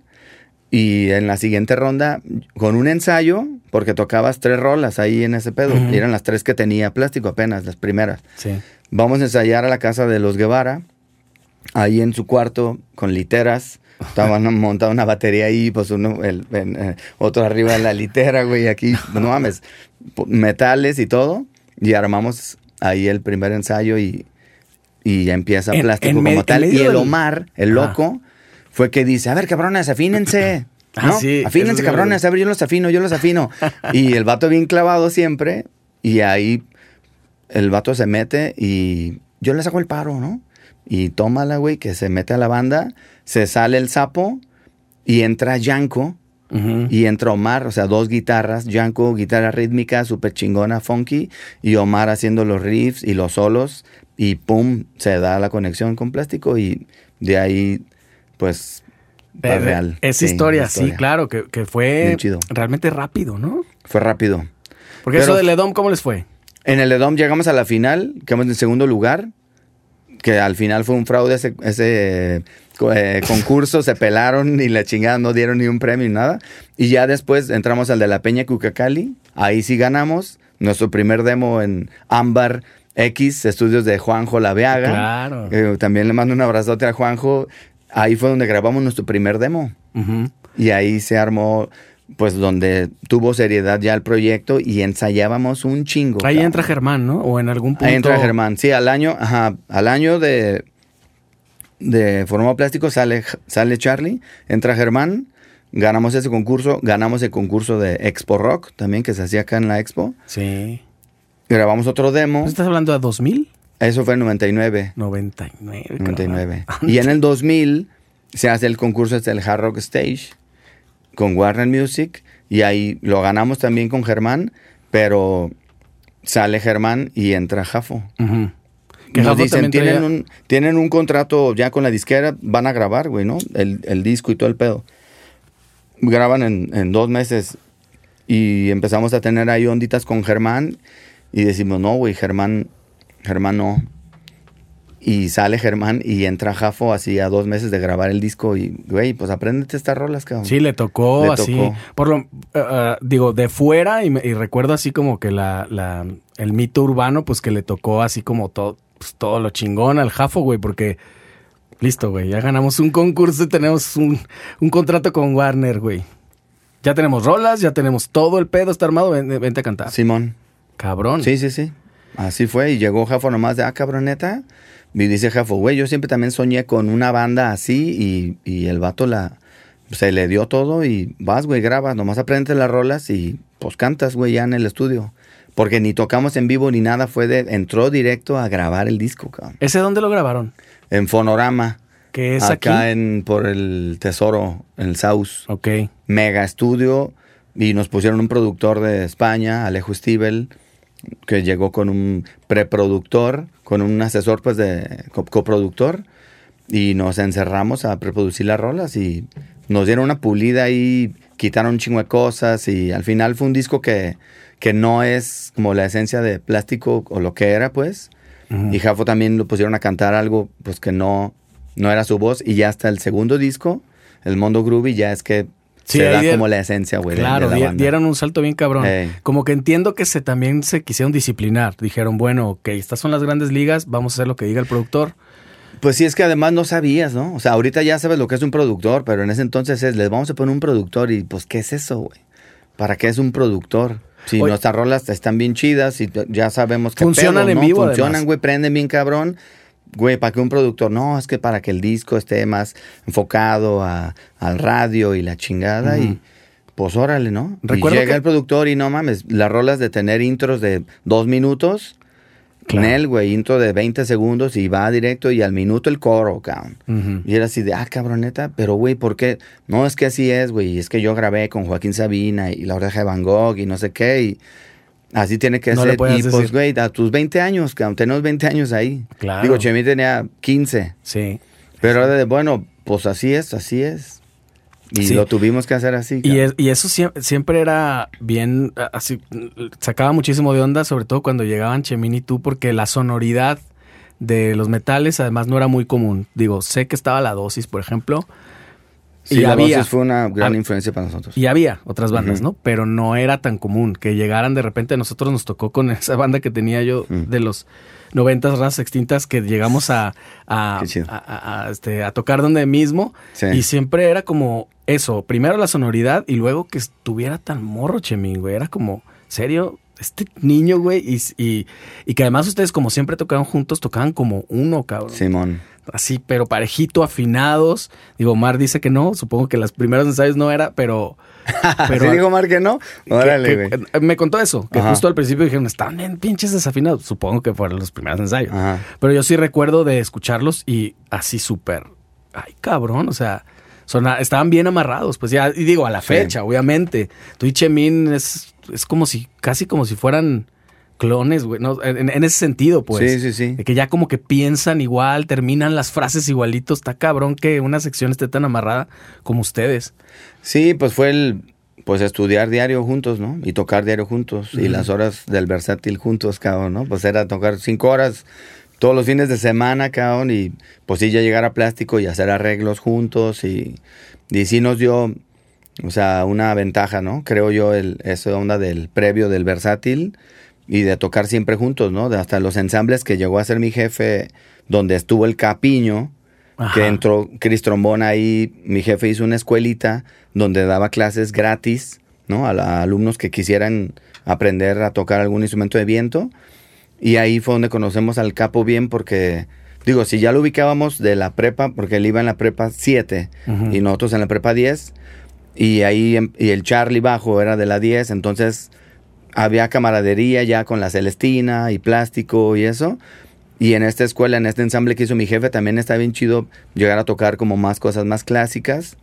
Y en la siguiente ronda, con un ensayo, porque tocabas tres rolas ahí en ese pedo. Uh-huh. Y eran las tres que tenía Plástico apenas, las primeras. Sí. Vamos a ensayar a la casa de los Guevara, ahí en su cuarto, con literas. Estaban montando una batería ahí, pues uno, el, el, el, otro arriba de la litera, güey, aquí, no mames, metales y todo. Y armamos ahí el primer ensayo y, y ya empieza en, Plástico en como me, tal. Y el Omar, el loco, ah. fue que dice, a ver, cabrones, afínense. Ah, ¿no? sí, afínense, cabrones, a ver, yo los afino, yo los afino. Y el vato bien clavado siempre. Y ahí el vato se mete y yo le saco el paro, ¿no? Y tómala, güey, que se mete a la banda, se sale el Sapo y entra Yanko uh-huh. y entra Omar, o sea, dos guitarras, Yanko, guitarra rítmica, súper chingona, funky, y Omar haciendo los riffs y los solos, y pum, se da la conexión con Plástico y de ahí, pues, Pero, real. Esa sí, historia, historia, sí, claro, que, que fue realmente rápido, ¿no? Fue rápido. Porque Pero, eso del Edom, ¿cómo les fue? En el Edom llegamos a la final, quedamos en segundo lugar, que al final fue un fraude ese, ese eh, concurso, se pelaron y la chingada no dieron ni un premio ni nada. Y ya después entramos al de la Peña Cucacali, ahí sí ganamos, nuestro primer demo en Ámbar X, estudios de Juanjo Laveaga. Claro. Eh, también le mando un abrazote a Juanjo, ahí fue donde grabamos nuestro primer demo. Uh-huh. Y ahí se armó, pues donde tuvo seriedad ya el proyecto y ensayábamos un chingo. Ahí cabrón. Entra Germán, ¿no? O en algún punto. Ahí entra Germán, sí, al año, ajá, al año de, de Formado Plástico sale, sale Charlie, entra Germán, ganamos ese concurso, ganamos el concurso de Expo Rock también, que se hacía acá en la Expo. Sí. Grabamos otro demo. ¿Estás hablando de dos mil? Eso fue en noventa y nueve. noventa y nueve. noventa y nueve. Y en el dos mil se hace el concurso del Hard Rock Stage con Warner Music y ahí lo ganamos también con Germán, pero sale Germán y entra Jafo. Uh-huh. Nos Jafo dicen, tienen traía... un, tienen un contrato ya con la disquera, van a grabar, güey, ¿no? El, el disco y todo el pedo. Graban en, en dos meses y empezamos a tener ahí onditas con Germán y decimos, no, güey, Germán... Germán no. Y sale Germán y entra Jafo así a dos meses de grabar el disco y, güey, pues apréndete estas rolas, cabrón. Sí, le tocó Le así. tocó. Por lo, uh, uh, digo, de fuera y, me, y recuerdo así como que la, la, el mito urbano, pues que le tocó así como todo, pues, todo lo chingón al Jafo, güey, porque listo, güey, ya ganamos un concurso y tenemos un, un contrato con Warner, güey. Ya tenemos rolas, ya tenemos todo el pedo, está armado, ven, vente a cantar. Simón. Cabrón. Sí, sí, sí. Así fue, y llegó Jafo nomás de, ah, cabroneta. Y dice Jafo, güey, yo siempre también soñé con una banda así, y, y el vato la, se le dio todo, y vas, güey, grabas, nomás aprendes las rolas, y pues cantas, güey, ya en el estudio. Porque ni tocamos en vivo ni nada, fue de, entró directo a grabar el disco, cabrón. ¿Ese dónde lo grabaron? En Fonorama. Que es acá aquí. en, por el Tesoro, en el Saus. Ok. Mega estudio, y nos pusieron un productor de España, Alejo Stivel, que llegó con un preproductor, con un asesor pues de co- coproductor, y nos encerramos a preproducir las rolas y nos dieron una pulida ahí, quitaron un chingo de cosas y al final fue un disco que, que no es como la esencia de Plástico o lo que era pues. Uh-huh. Y Jafo también lo pusieron a cantar algo pues que no, no era su voz, y ya hasta el segundo disco, el Mondo Groovy, ya es que sí, se da dieron, como la esencia, güey. Claro, de, de la banda. Dieron un salto bien cabrón. Hey. Como que entiendo que se también se quisieron disciplinar. Dijeron, bueno, ok, estas son las grandes ligas, vamos a hacer lo que diga el productor. Pues sí, es que además no sabías, ¿no? O sea, ahorita ya sabes lo que es un productor, pero en ese entonces es, les vamos a poner un productor y pues, ¿qué es eso, güey? ¿Para qué es un productor? Si Oye, nuestras rolas están bien chidas y ya sabemos que funcionan pedo, en ¿no? vivo, Funcionan, güey, prenden bien cabrón. Güey, ¿para qué un productor? No, es que para que el disco esté más enfocado a, al radio y la chingada uh-huh. y... Pues órale, ¿no? Recuerdo y llega que... el productor y no mames, las rolas de tener intros de dos minutos, claro. Nel, güey, intro de veinte segundos y va directo y al minuto el coro, cabrón. Uh-huh. Y era así de, ah, cabroneta, pero güey, ¿por qué? No, es que así es, güey, es que yo grabé con Joaquín Sabina y La Oreja de Van Gogh y no sé qué, y así tiene que no ser. Y pues, güey, a tus veinte años, cabrón, tenemos veinte años ahí. Claro. Digo, Chemí tenía quince. Sí. Pero era de, bueno, pues así es, así es. Y sí. Lo tuvimos que hacer así. Y, es, y eso siempre, siempre era bien, así, sacaba muchísimo de onda, sobre todo cuando llegaban Chemín y tú, porque la sonoridad de los metales además no era muy común. Digo, sé que estaba La Dosis, por ejemplo. Sí, y La había, Dosis fue una gran hab, influencia para nosotros. Y había otras bandas, uh-huh. ¿no? Pero no era tan común que llegaran de repente. A nosotros nos tocó con esa banda que tenía yo uh-huh. de los noventas, Razas Extintas, que llegamos a, a, a, a, a, este, a tocar donde mismo. Sí. Y siempre era como eso, primero la sonoridad y luego que estuviera tan morro Chemín, güey. Era como, ¿serio? Este niño, güey. Y, y, y que además ustedes, como siempre tocaban juntos, tocaban como uno, cabrón. Simón. Así, pero parejito, afinados. Digo, Mar dice que no. Supongo que los primeros ensayos no era, pero... pero ¿sí dijo Mar que no? Órale, que, que, me contó eso. Que Ajá. justo al principio dijeron, están bien pinches desafinados. Supongo que fueron los primeros ensayos. Ajá. Pero yo sí recuerdo de escucharlos y así súper... Ay, cabrón, o sea... Son, estaban bien amarrados, pues ya, y digo, a la fecha, sí. obviamente. Tú y Chemín es, es como si, casi como si fueran clones, güey, ¿no? En, en ese sentido, pues. Sí, sí, sí. De que ya como que piensan igual, terminan las frases igualitos. Está cabrón que una sección esté tan amarrada como ustedes. Sí, pues fue el, pues estudiar diario juntos, ¿no? Y tocar diario juntos. Uh-huh. Y las horas del versátil juntos, cabrón, ¿no? Pues era tocar cinco horas todos los fines de semana, cabrón, y pues sí, ya llegar a Plástico y hacer arreglos juntos, y, y sí nos dio, o sea, una ventaja, ¿no? Creo yo, el, esa onda del previo del versátil y de tocar siempre juntos, ¿no? De hasta los ensambles que llegó a ser mi jefe, donde estuvo el Capiño, Ajá. que entró Chris Trombón ahí, mi jefe hizo una escuelita donde daba clases gratis, ¿no? A, la, a alumnos que quisieran aprender a tocar algún instrumento de viento. Y ahí fue donde conocemos al Capo bien porque, digo, si ya lo ubicábamos de la prepa, porque él iba en la prepa siete uh-huh. y nosotros en la prepa diez, y ahí y el Charlie bajo era de la diez, entonces había camaradería ya con la Celestina y Plástico y eso, Y en esta escuela, en este ensamble que hizo mi jefe, también está bien chido llegar a tocar como más cosas más clásicas.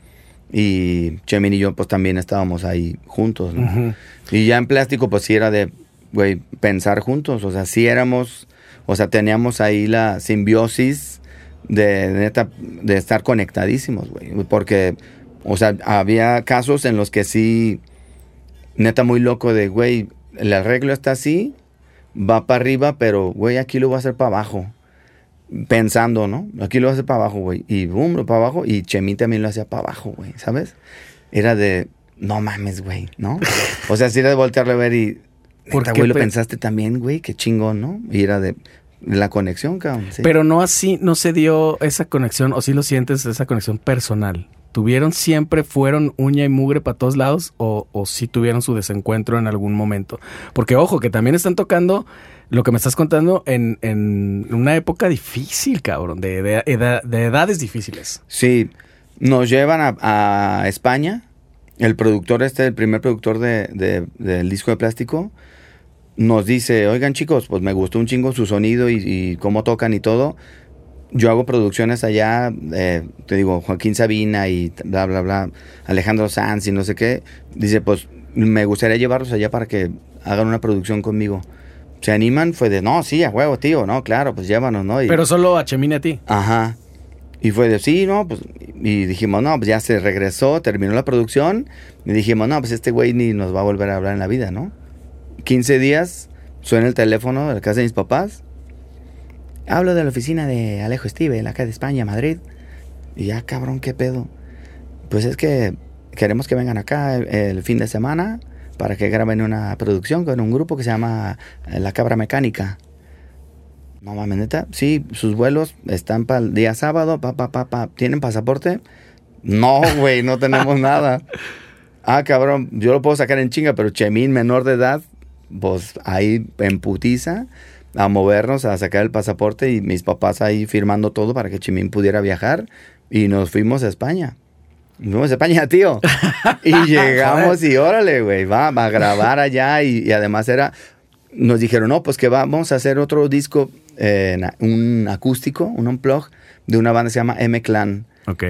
Y Chemín y yo pues también estábamos ahí juntos, ¿no? Uh-huh. Y ya en plástico pues sí era de, güey, pensar juntos. O sea, sí éramos, o sea, teníamos ahí la simbiosis de, neta, de estar conectadísimos, güey. Porque, o sea, había casos en los que sí, neta muy loco de, güey, el arreglo está así, va para arriba, pero, güey, aquí lo voy a hacer para abajo. Pensando, ¿no? Aquí lo voy a hacer para abajo, güey. Y boom, lo para abajo. Y Chemín también lo hacía para abajo, güey, ¿sabes? Era de, no mames, güey, ¿no? O sea, sí era de voltearle a ver y, neta, güey, lo pensaste también, güey, qué chingón, ¿no? Y era de la conexión, cabrón. ¿Sí? Pero no así, no se dio esa conexión, o sí lo sientes, esa conexión personal. ¿Tuvieron siempre, fueron uña y mugre para todos lados o, o sí tuvieron su desencuentro en algún momento? Porque, ojo, que también están tocando lo que me estás contando en, en una época difícil, cabrón, de, de, edad, de edades difíciles. Sí, nos llevan a, a España. El productor este, el primer productor de, de, del disco de plástico, nos dice, oigan chicos, pues me gustó un chingo su sonido y, y cómo tocan y todo. Yo hago producciones allá, eh, te digo, Joaquín Sabina y bla, bla, bla, Alejandro Sanz y no sé qué. Dice, pues, me gustaría llevarlos allá para que hagan una producción conmigo. ¿Se animan? Fue de, no, sí, a huevo, tío, no, claro, pues llévanos, ¿no? Y, pero solo a Chemín y a ti. Ajá. Y fue de, sí, no, pues, y dijimos, no, pues ya se regresó, terminó la producción, y dijimos, no, pues este güey ni nos va a volver a hablar en la vida, ¿no? quince días, suena el teléfono de la casa de mis papás. Hablo de la oficina de Alejo Stivel, acá de España, Madrid. Y ya, cabrón, ¿qué pedo? Pues es que queremos que vengan acá el, el fin de semana para que graben una producción con un grupo que se llama La Cabra Mecánica. No mames, neta. Sí, sus vuelos están para el día sábado, pa, pa, pa, pa. ¿Tienen pasaporte? No, güey, no tenemos nada. Ah, cabrón, yo lo puedo sacar en chinga, pero Chemín, menor de edad, pues ahí en putiza, a movernos, a sacar el pasaporte y mis papás ahí firmando todo para que Chemín pudiera viajar y nos fuimos a España. Nos fuimos a España, tío. Y llegamos y órale, güey, va, va a grabar allá y, y además era, nos dijeron, no, pues que vamos a hacer otro disco, eh, un acústico, un unplug de una banda que se llama M-Clan. Ok.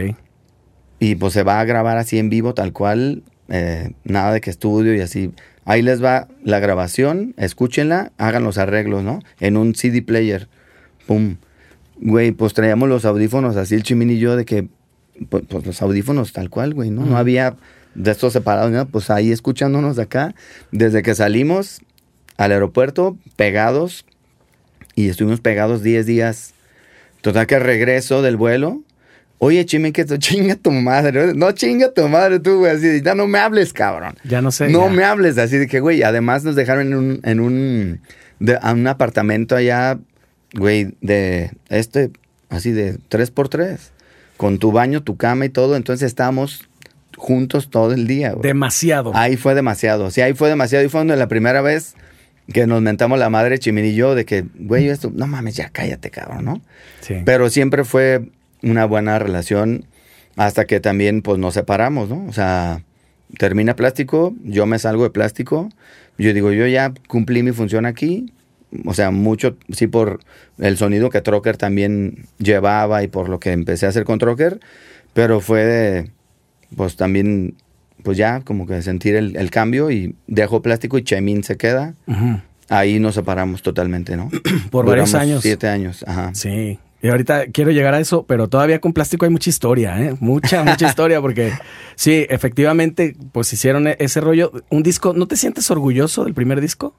Y pues se va a grabar así en vivo, tal cual, eh, nada de que estudio y así. Ahí les va la grabación, escúchenla, hagan los arreglos, ¿no? En un C D player. Pum. Güey, pues traíamos los audífonos así el Chemín y yo de que, pues, pues los audífonos tal cual, güey, ¿no? Uh-huh. No había de estos separados, ¿no? Pues ahí escuchándonos de acá. Desde que salimos al aeropuerto, pegados, y estuvimos pegados diez días. Total que regreso del vuelo. Oye, Chemín, que tú chinga tu madre. No chinga tu madre tú, güey. Así de, ya no me hables, cabrón. Ya no sé. No ya. me hables. Así de que, güey, además nos dejaron en un, en un, de, a un apartamento allá, güey, de este, así de tres por tres. Con tu baño, tu cama y todo. Entonces estábamos juntos todo el día, güey. Demasiado. Ahí fue demasiado. Sí, ahí fue demasiado. Y fue donde la primera vez que nos mentamos la madre, Chemín y yo, de que, güey, esto, no mames, ya cállate, cabrón, ¿no? Sí. Pero siempre fue una buena relación hasta que también pues nos separamos, ¿no? O sea, termina plástico, yo me salgo de plástico, yo digo, yo ya cumplí mi función aquí, o sea, mucho, sí por el sonido que Trocker también llevaba y por lo que empecé a hacer con Trocker, pero fue de, pues también, pues ya como que sentir el, el cambio y dejo plástico y Chemín se queda, uh-huh. Ahí nos separamos totalmente, ¿no? Por varios años. Siete años, ajá. Sí. Y ahorita quiero llegar a eso, pero todavía con plástico hay mucha historia, ¿eh? Mucha, mucha historia, porque sí, efectivamente, pues hicieron ese rollo. Un disco, ¿no te sientes orgulloso del primer disco?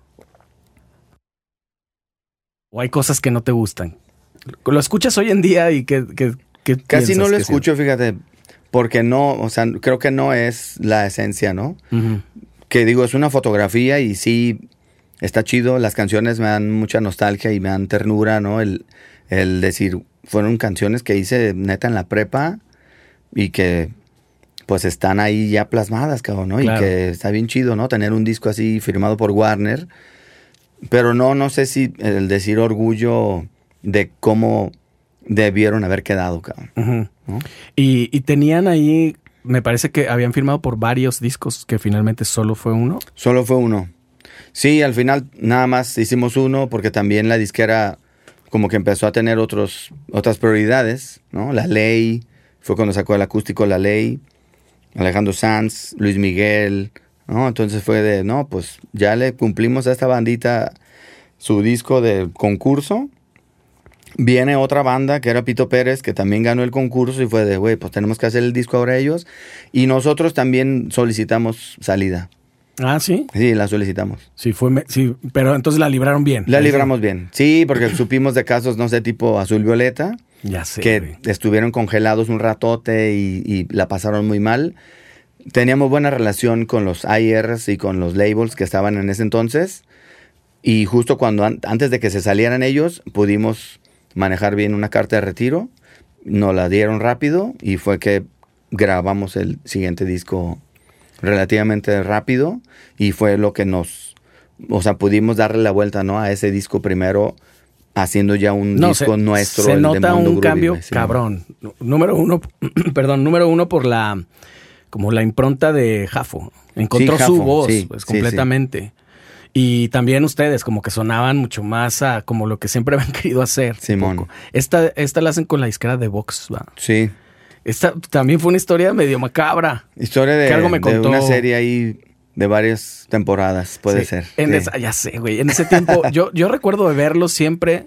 ¿O hay cosas que no te gustan? ¿Lo escuchas hoy en día y que, que, que casi no lo escucho, fíjate, porque no, o sea, creo que no es la esencia, ¿no? Uh-huh. Que digo, es una fotografía y sí, está chido, las canciones me dan mucha nostalgia y me dan ternura, ¿no? El... El decir, fueron canciones que hice neta en la prepa y que pues están ahí ya plasmadas, cabrón, ¿no? Claro. Y que está bien chido, ¿no? Tener un disco así firmado por Warner. Pero no, no sé si el decir orgullo de cómo debieron haber quedado, cabrón. Uh-huh. ¿No? Y, y tenían ahí, me parece que habían firmado por varios discos, que finalmente solo fue uno. Solo fue uno. Sí, al final nada más hicimos uno porque también la disquera como que empezó a tener otros, otras prioridades, ¿no? La Ley, fue cuando sacó el acústico La Ley, Alejandro Sanz, Luis Miguel, ¿no? Entonces fue de, no, pues ya le cumplimos a esta bandita su disco de concurso. Viene otra banda que era Pito Pérez, que también ganó el concurso y fue de, güey, pues tenemos que hacer el disco ahora ellos. Y nosotros también solicitamos salida. Ah, ¿sí? Sí, la solicitamos. Sí, fue, me- sí, pero entonces la libraron bien. La libramos bien. Sí, porque supimos de casos, no sé, tipo Azul Violeta, Ya sé, que güey. estuvieron congelados un ratote y, y la pasaron muy mal. Teníamos buena relación con los I Rs y con los labels que estaban en ese entonces. Y justo cuando an- antes de que se salieran ellos, pudimos manejar bien una carta de retiro. Nos la dieron rápido y fue que grabamos el siguiente disco relativamente rápido y fue lo que nos, o sea, pudimos darle la vuelta, ¿no? A ese disco primero, haciendo ya un No, disco se, nuestro. se el de nota Mundo un Groovy, cambio güey, sí. cabrón. Número uno, perdón, número uno por la, como la impronta de Jafo. Encontró Sí, su Jafo, voz, sí, pues, sí, completamente. Y también ustedes, como que sonaban mucho más a como lo que siempre habían querido hacer. un Simón. poco. Esta, esta la hacen con la disquera de Vox, ¿va? Sí. Esta también fue una historia medio macabra. Historia de, Que algo me de contó. una serie ahí de varias temporadas, puede Sí, ser. En Sí. esa- ya sé, güey. En ese tiempo, yo, yo recuerdo de verlos siempre,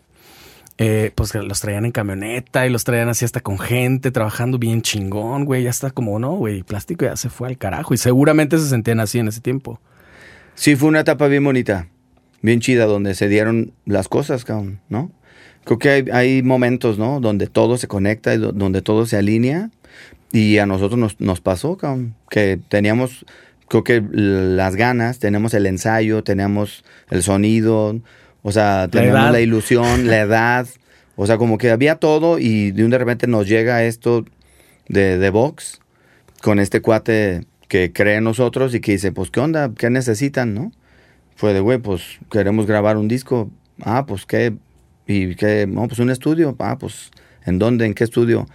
eh, pues que los traían en camioneta y los traían así hasta con gente, trabajando bien chingón, güey. Ya está como, no, güey, plástico ya se fue al carajo. Y seguramente se sentían así en ese tiempo. Sí, fue una etapa bien bonita, bien chida, donde se dieron las cosas, cabrón, ¿no? Creo que hay, hay momentos, ¿no? Donde todo se conecta y do- donde todo se alinea. Y a nosotros nos, nos pasó, cabrón, que teníamos, creo que las ganas, tenemos el ensayo, teníamos el sonido, o sea, teníamos edad. la ilusión, la edad. O sea, como que había todo y de un de repente nos llega esto de, de Vox con este cuate que cree en nosotros y que dice, pues, ¿qué onda? ¿Qué necesitan, no? Fue de, güey, pues, queremos grabar un disco. Ah, pues, ¿qué? ¿Y qué? No, pues, un estudio. Ah, pues, ¿en dónde? ¿En qué estudio?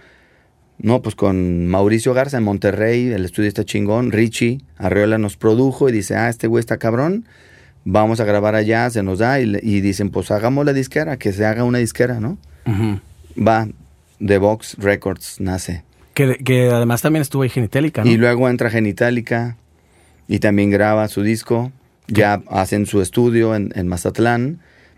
No, pues, con Mauricio Garza en Monterrey. El estudio está chingón. Richie Arreola nos produjo y dice, ah, este güey está cabrón. Vamos a grabar allá, se nos da. Y, le- y dicen, pues, hagamos la disquera, que se haga una disquera, ¿no? Ujú. Va, The Vox Records nace. Que, que además también estuvo ahí Genitalica, ¿no? Y luego entra Genitalica y también graba su disco. Ya hacen su estudio en, en Mazatlán.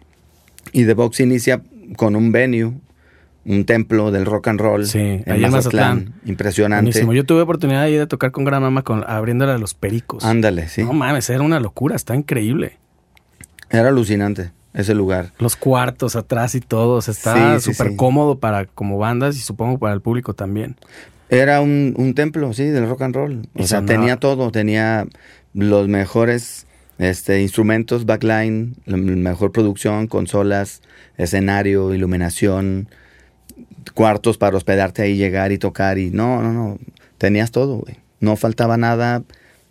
Y The Vox inicia con un venue, un templo del rock and roll Sí, en allá en Mazatlán. Mazatlán. Impresionante. Buenísimo. Yo tuve oportunidad ahí de tocar con Gran Mama con, abriéndole a los Pericos. Ándale, sí. No mames, era una locura, está increíble. Era alucinante ese lugar. Los cuartos atrás y todo, o sea, estaba Sí, sí, súper sí. cómodo para como bandas y supongo para el público también. Era un, un templo, sí, del rock and roll. O Y sea, sonaba- tenía todo. Tenía los mejores este, instrumentos, backline, la m- mejor producción, consolas, escenario, iluminación, cuartos para hospedarte ahí, llegar y tocar. Y no, no, no. Tenías todo, güey. No faltaba nada.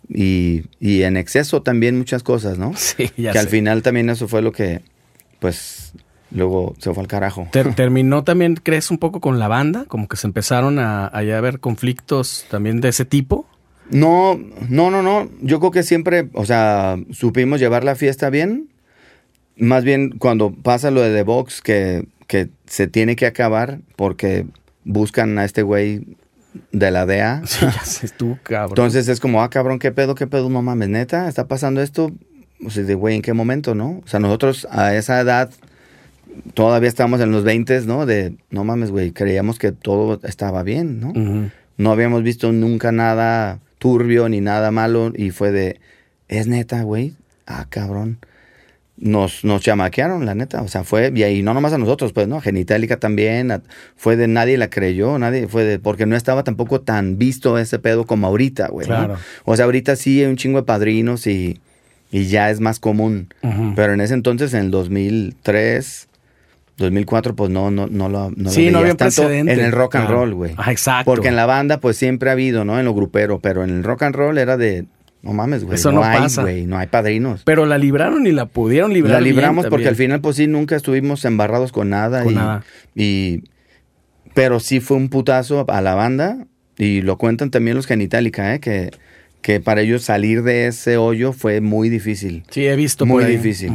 Y, y en exceso también muchas cosas, ¿no? Sí, ya que al sé. final también eso fue lo que, pues, luego se fue al carajo. Ter- terminó también, ¿crees, un poco con la banda? Como que se empezaron a, a ya ver conflictos también de ese tipo. No, no, no, no. Yo creo que siempre, o sea, supimos llevar la fiesta bien. Más bien cuando pasa lo de The Vox, que, que se tiene que acabar porque buscan a este güey de la D E A. Sí, ya sé, tú, cabrón. Entonces es como, ah, cabrón, ¿qué pedo, qué pedo? No mames, neta, ¿está pasando esto? O sea, de güey, ¿en qué momento, no? O sea, nosotros a esa edad todavía estamos en los veintes, ¿no? De, no mames, güey, creíamos que todo estaba bien, ¿no? Ujú. No habíamos visto nunca nada turbio ni nada malo y fue de, ¿es neta, güey? Ah, cabrón. Nos, nos chamaquearon, la neta. O sea, fue, y ahí no nomás a nosotros, pues, ¿no? Genitalica también. a- fue de nadie la creyó, nadie, fue de, porque no estaba tampoco tan visto ese pedo como ahorita, güey. ¿no? Claro. O sea, ahorita sí hay un chingo de padrinos y, y ya es más común. Ujú. Pero en ese entonces, en el dos mil tres, dos mil cuatro, pues no, no, no lo, no lo Sí, no había veías un tanto precedente. en el rock and Claro. roll, güey. Ah, exacto. Porque en la banda, pues siempre ha habido, ¿no? En lo grupero, pero en el rock and roll era de, no mames, güey. Eso no, no hay, pasa. güey, no hay padrinos. Pero la libraron y la pudieron librar La bien libramos porque también. al final, pues sí, nunca estuvimos embarrados con nada. Con y, nada. y- pero sí fue un putazo a la banda y lo cuentan también los Genitalica, ¿eh? Que, que para ellos salir de ese hoyo fue muy difícil. Sí, he visto Muy por ahí. difícil. Ujú.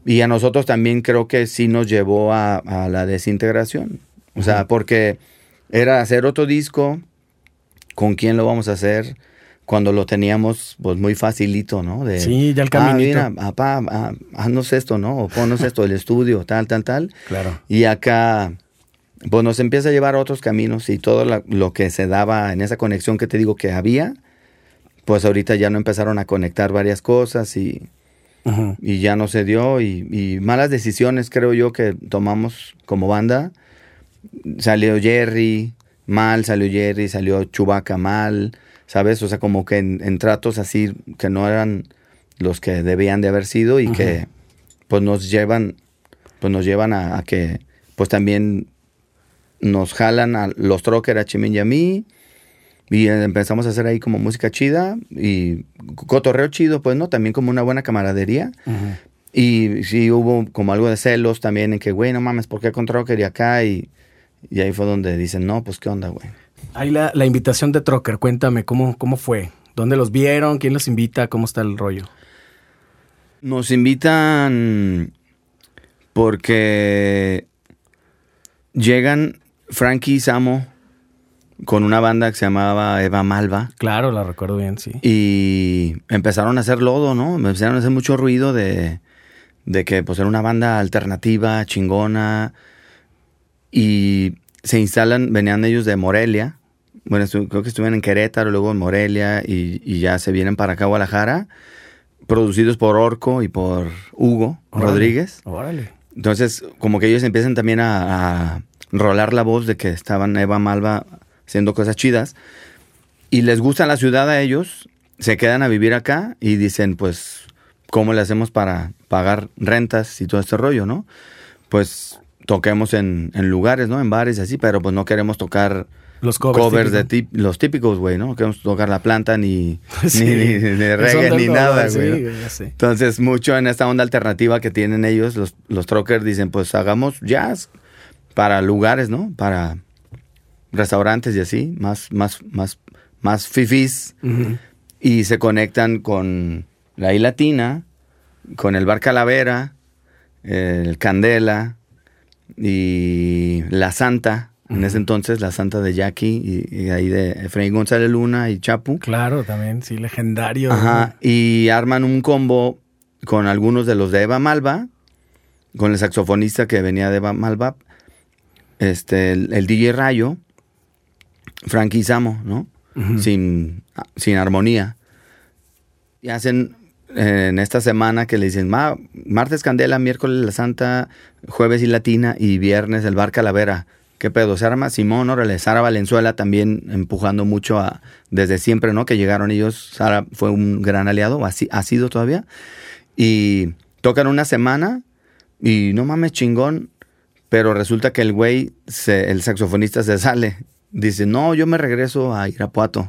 y a nosotros también creo que sí nos llevó a, a la desintegración. O sea, uh-huh. porque era hacer otro disco, ¿con quién lo vamos a hacer? Cuando lo teníamos, pues, muy facilito, ¿no? De, sí, ya el caminito. Ah, mira, papá, ah, haznos esto, ¿no? O ponnos esto, el estudio, tal, tal, tal. Claro. Y acá, pues, nos empieza a llevar a otros caminos y todo la, lo que se daba en esa conexión que te digo que había, pues, ahorita ya no empezaron a conectar varias cosas y, uh-huh. y ya no se dio. Y, y malas decisiones, creo yo, que tomamos como banda. Salió Jerry mal, salió Jerry, salió Chewbacca mal, ¿sabes? O sea, como que en, en tratos así que no eran los que debían de haber sido y uh-huh. que pues nos llevan, pues nos llevan a, a que pues también nos jalan a los Trocker, a Chimín y a mí, y empezamos a hacer ahí como música chida y cotorreo chido, pues, ¿no? También como una buena camaradería. Uh-huh. Y sí hubo como algo de celos también en que, güey, no mames, ¿por qué con Trocker y acá? Y, y ahí fue donde dicen, no, pues, ¿qué onda, güey? Ahí la, la invitación de Trocker, cuéntame, ¿cómo, ¿cómo fue? ¿Dónde los vieron? ¿Quién los invita? ¿Cómo está el rollo? Nos invitan porque llegan Frankie y Samo con una banda que se llamaba Eva Malva. Claro, la recuerdo bien, sí. Y empezaron a hacer lodo, ¿no? Empezaron a hacer mucho ruido de, de que pues era una banda alternativa, chingona. Y se instalan, venían ellos de Morelia. Bueno, estu- creo que estuvieron en Querétaro, luego en Morelia y, y ya se vienen para acá a Guadalajara. Producidos por Orco y por Hugo Órale, Rodríguez. Órale. Entonces, como que ellos empiezan también a, a rolar la voz de que estaban Eva Malva haciendo cosas chidas. Y les gusta la ciudad a ellos, se quedan a vivir acá y dicen, pues, ¿cómo le hacemos para pagar rentas y todo este rollo, no? Pues, toquemos en, en lugares, ¿no? En bares y así, pero pues no queremos tocar... Los covers, covers típicos. de tip, los típicos, güey, ¿no? No queremos tocar La Planta ni, sí. ni, ni, ni reggae ni nada, sí, güey. ¿no? Ya sé. Entonces, mucho en esta onda alternativa que tienen ellos, los, los Trockers dicen, pues hagamos jazz para lugares, ¿no? Para restaurantes y así, más, más, más, más fifís. Uh-huh. Y se conectan con la I Latina, con el Bar Calavera, el Candela y La Santa. En ese entonces, La Santa de Jackie y, y ahí de Efraín González Luna y Chapu. Claro, también, sí, legendario. Ajá, ¿no? y arman un combo con algunos de los de Eva Malva, con el saxofonista que venía de Eva Malva, este, el, el D J Rayo, Frankie Samo, ¿no? Uh-huh. Sin, sin armonía. Y hacen eh, en esta semana que le dicen, Ma, martes Candela, miércoles La Santa, jueves y Latina y viernes el Bar Calavera. ¿Qué pedo? Se arma Simón, órale, Sara Valenzuela también empujando mucho a, desde siempre, ¿no? Que llegaron ellos, Sara fue un gran aliado, así, ha sido todavía. Y tocan una semana y no mames, chingón, pero resulta que el güey, se, el saxofonista se sale. Dice, no, yo me regreso a Irapuato.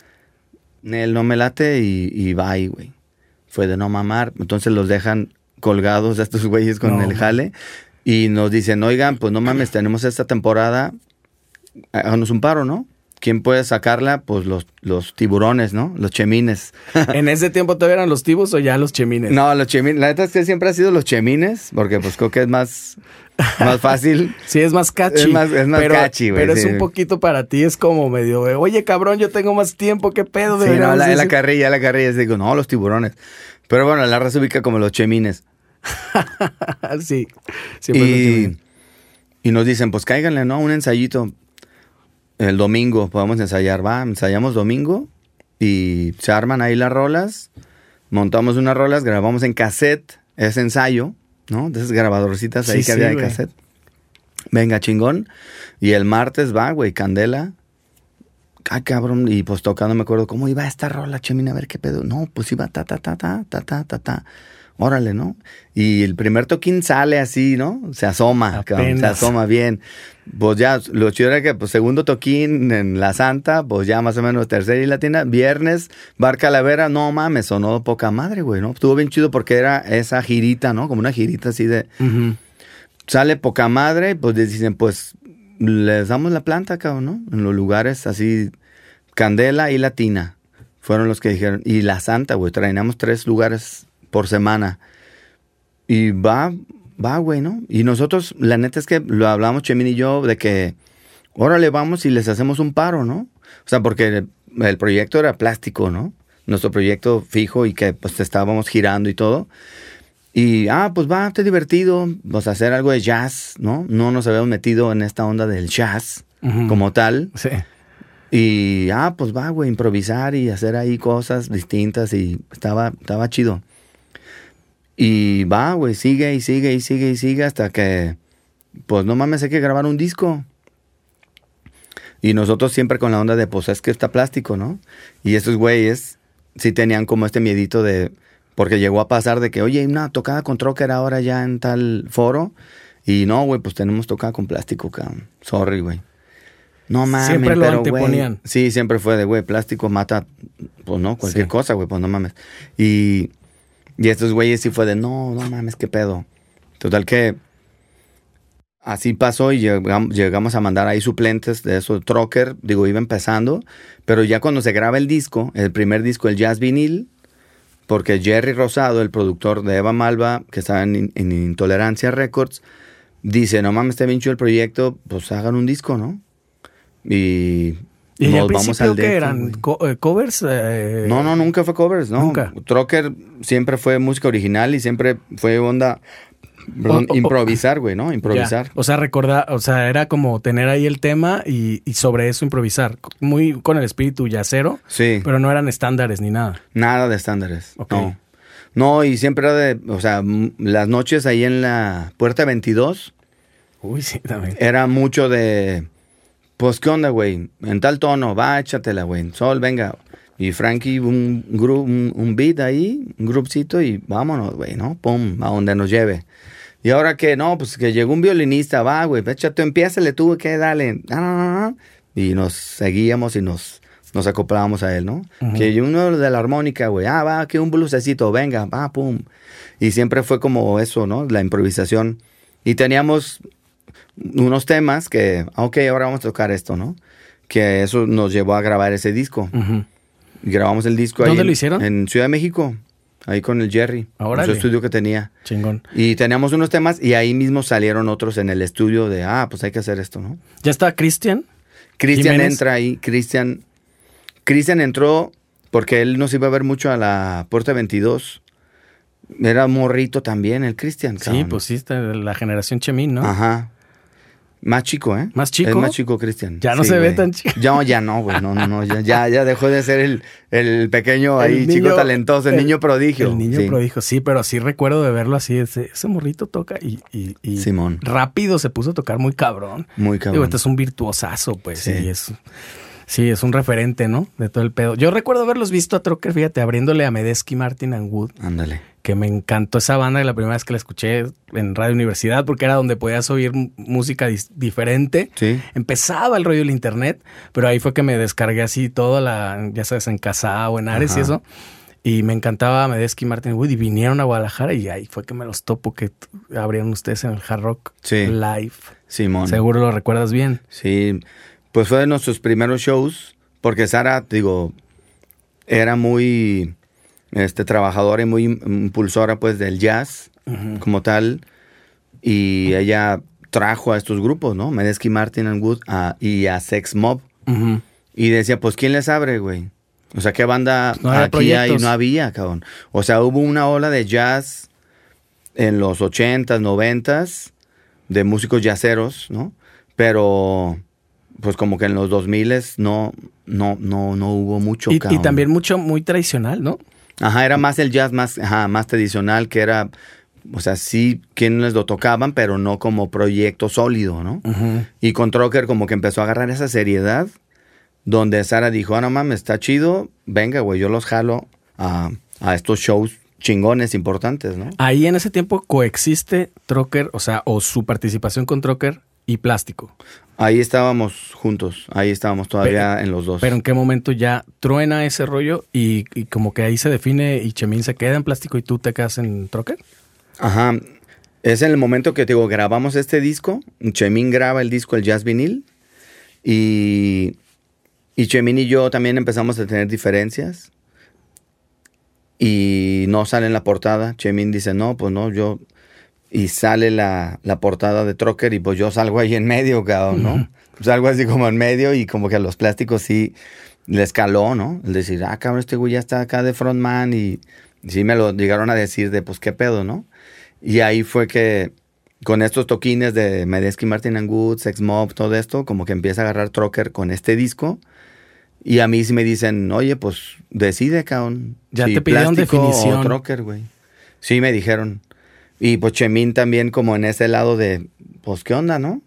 Él no me late y, y bye, güey. Fue de no mamar. Entonces los dejan colgados a estos güeyes con no, el jale. Y nos dicen, oigan, pues no mames, tenemos esta temporada, háganos un paro, ¿no? ¿Quién puede sacarla? Pues los, los tiburones, ¿no? Los chemines. ¿En ese tiempo todavía eran los tibos o ya los chemines? No, los chemines. La neta es que siempre ha sido los chemines, porque pues creo que es más, más fácil. Sí, es más catchy. Es más, es más pero, catchy, güey. Pero sí. Es un poquito para ti, es como medio, oye, cabrón, yo tengo más tiempo, ¿qué pedo? Sí, no, la, la carrilla, la carrilla. Digo, no, los tiburones. Pero bueno, la raza ubica como los chemines. Sí. Y, y nos dicen, pues cáiganle, ¿no? Un ensayito. El domingo podemos ensayar, va, ensayamos domingo y se arman ahí las rolas, montamos unas rolas, grabamos en cassette ese ensayo, ¿no? De esas grabadorcitas ahí sí, que sí, había de cassette. Venga, chingón. Y el martes va, güey, Candela. Ay, cabrón, y pues tocando me acuerdo, ¿cómo iba esta rola, Chemina? A ver qué pedo. No, pues iba ta, ta, ta, ta, ta, ta, ta, ta. Órale, ¿no? Y el primer toquín sale así, ¿no? Se asoma, cabrón, se asoma bien. Pues ya, lo chido era que, pues, segundo toquín en La Santa, pues ya más o menos tercera y latina. Viernes, Bar Calavera, no mames, sonó poca madre, güey, ¿no? Estuvo bien chido porque era esa girita, ¿no? Como una girita así de... Uh-huh. Sale poca madre, pues dicen, pues, les damos la planta, cabrón, ¿no? En los lugares así, Candela y Latina. Fueron los que dijeron, y La Santa, güey, traíamos tres lugares por semana. y va, va, güey, ¿no? Y nosotros, la neta es que lo hablamos Chemín y yo de que, órale, vamos y les hacemos un paro, ¿no? O sea, porque el, el proyecto era plástico, ¿no? Nuestro proyecto fijo y que pues estábamos girando y todo. Y, ah, pues va, está divertido, pues hacer algo de jazz, ¿no? No nos habíamos metido en esta onda del jazz uh-huh. como tal. Sí. Y, ah, pues va, güey, improvisar y hacer ahí cosas distintas y estaba, estaba chido. Y va, güey, sigue y sigue y sigue y sigue hasta que, pues no mames, hay que grabar un disco. Y nosotros siempre con la onda de, pues es que está plástico, ¿no? Y esos güeyes sí tenían como este miedito de, porque llegó a pasar de que, oye, hay una tocada con Trocker ahora ya en tal foro. Y no, güey, pues tenemos tocada con plástico, cabrón. Sorry, güey. No mames, siempre lo pero, anteponían. Güey, sí, siempre fue de, güey, plástico mata, pues no, cualquier sí. cosa, güey, pues no mames. Y, y estos güeyes sí fue de, no, no mames, qué pedo. Total que así pasó y llegamos, llegamos a mandar ahí suplentes de eso, Trocker, digo, iba empezando. Pero ya cuando se graba el disco, el primer disco, el Jazz Vinil, porque Jerry Rosado, el productor de Eva Malva, que estaba en, en Intolerancia Records, dice, no mames, está bien chido el proyecto, pues hagan un disco, ¿no? Y, ¿Y nos vamos al que eran co- eh, covers? Eh, no, no, nunca fue covers, no. Nunca. Trocker siempre fue música original y siempre fue onda, perdón, o, o, improvisar, güey, ¿no? Improvisar. Ya. O sea, recordar, o sea, era como tener ahí el tema y, y sobre eso improvisar. Muy con el espíritu yacero, sí. Pero no eran estándares ni nada. Nada de estándares, okay. no. No, y siempre era de, o sea, m- las noches ahí en la Puerta veintidós. Uy, sí, también. Era mucho de... Pues, ¿qué onda, güey? En tal tono, va, échatela, güey. Sol, venga. Y Frankie, un, gru- un, un beat ahí, un grupcito y vámonos, güey, ¿no? Pum, a donde nos lleve. Y ahora que, no, pues que llegó un violinista, va, güey, échate, empiézale tú, que dale. Y nos seguíamos y nos, nos acoplábamos a él, ¿no? Uh-huh. Que uno de la armónica, güey, ah, va, que un bluesecito, venga, va, pum. Y siempre fue como eso, ¿no? La improvisación. Y teníamos unos temas que, ok, ahora vamos a tocar esto, ¿no? Que eso nos llevó a grabar ese disco. Uh-huh. Y grabamos el disco ahí. ¿Dónde en, lo hicieron? En Ciudad de México, ahí con el Jerry. Ahora. En su estudio que tenía. Chingón. Y teníamos unos temas y ahí mismo salieron otros en el estudio de, ah, pues hay que hacer esto, ¿no? ¿Ya está Cristian? Cristian entra ahí, Cristian. Cristian entró porque él nos iba a ver mucho a la Puerta veintidós. Era morrito también, el Cristian. Sí, pues sí, está la generación Chemín, ¿no? Ajá. Más chico, ¿eh? ¿Más chico? Es más chico, Cristian. Ya no sí, se güey. ve tan chico. Ya, ya no, güey. No, no, no. Ya, ya, ya dejó de ser el, el pequeño ahí, el niño, chico talentoso, el, el niño prodigio. El niño sí. prodigio, sí, pero sí recuerdo de verlo así. Ese, ese morrito toca y, y, y Simón. rápido se puso a tocar muy cabrón. Muy cabrón. Digo, este es un virtuosazo, pues. Sí. Y es, sí, es un referente, ¿no? De todo el pedo. Yo recuerdo haberlos visto a Trocker, fíjate, abriéndole a Medeski, Martin and Wood. Ándale. Que me encantó esa banda la primera vez que la escuché en Radio Universidad, porque era donde podías oír m- música dis- diferente. Sí. Empezaba el rollo del internet, pero ahí fue que me descargué así toda la, ya sabes, en Casa o en Ares. Ajá. Y eso. Y me encantaba Medeski y Martin Wood y vinieron a Guadalajara y ahí fue que me los topo que t- abrieron ustedes en el Hard Rock sí. Live. Simón. Seguro lo recuerdas bien. Sí, pues fue de nuestros primeros shows, porque Sara, digo, era muy... Este, trabajadora y muy impulsora pues del jazz uh-huh. como tal, y ella trajo a estos grupos, ¿no? Medeski, Martin and Wood a, y a Sex Mob uh-huh. y decía, pues ¿quién les abre, güey? O sea, ¿qué banda no aquí hay? No había, cabrón. O sea, hubo una ola de jazz en los ochentas, noventas de músicos jazzeros, ¿no? Pero pues como que en los dos miles no, no, no, no hubo mucho, y, cabrón. Y también mucho, muy tradicional, ¿no? Ajá, era más el jazz más, ajá, más tradicional, que era, o sea, sí, quienes lo tocaban, pero no como proyecto sólido, ¿no? Uh-huh. Y con Trocker como que empezó a agarrar esa seriedad, donde Sara dijo, ah, no mames, está chido, venga, güey, yo los jalo a, a estos shows chingones importantes, ¿no? Ahí en ese tiempo coexiste Trocker, o sea, o su participación con Trocker y Plástico. Ahí estábamos juntos, ahí estábamos todavía pero, en los dos. Pero ¿en qué momento ya truena ese rollo y, y como que ahí se define y Chemín se queda en Plástico y tú te quedas en Trocker? Ajá, es en el momento que te digo, grabamos este disco, Chemín graba el disco, el Jazz Vinil, y, y Chemín y yo también empezamos a tener diferencias y no sale en la portada. Chemín dice, no, pues no, yo y sale la, la portada de Trocker y pues yo salgo ahí en medio, cabrón, ¿no? Ujú. Salgo así como en medio y como que a los plásticos sí les caló, ¿no? El decir, ah, cabrón, este güey ya está acá de frontman y, y sí me lo llegaron a decir de, pues, ¿qué pedo, no? Y ahí fue que con estos toquines de Medeski, Martin and Good, Sex Mob, todo esto, como que empieza a agarrar Trocker con este disco. Y a mí sí me dicen, oye, pues decide, cabrón. Ya si te pidieron plástico definición. o Trocker, güey. Sí, me dijeron. Y pues Chemín también como en ese lado de, pues, ¿qué onda, no?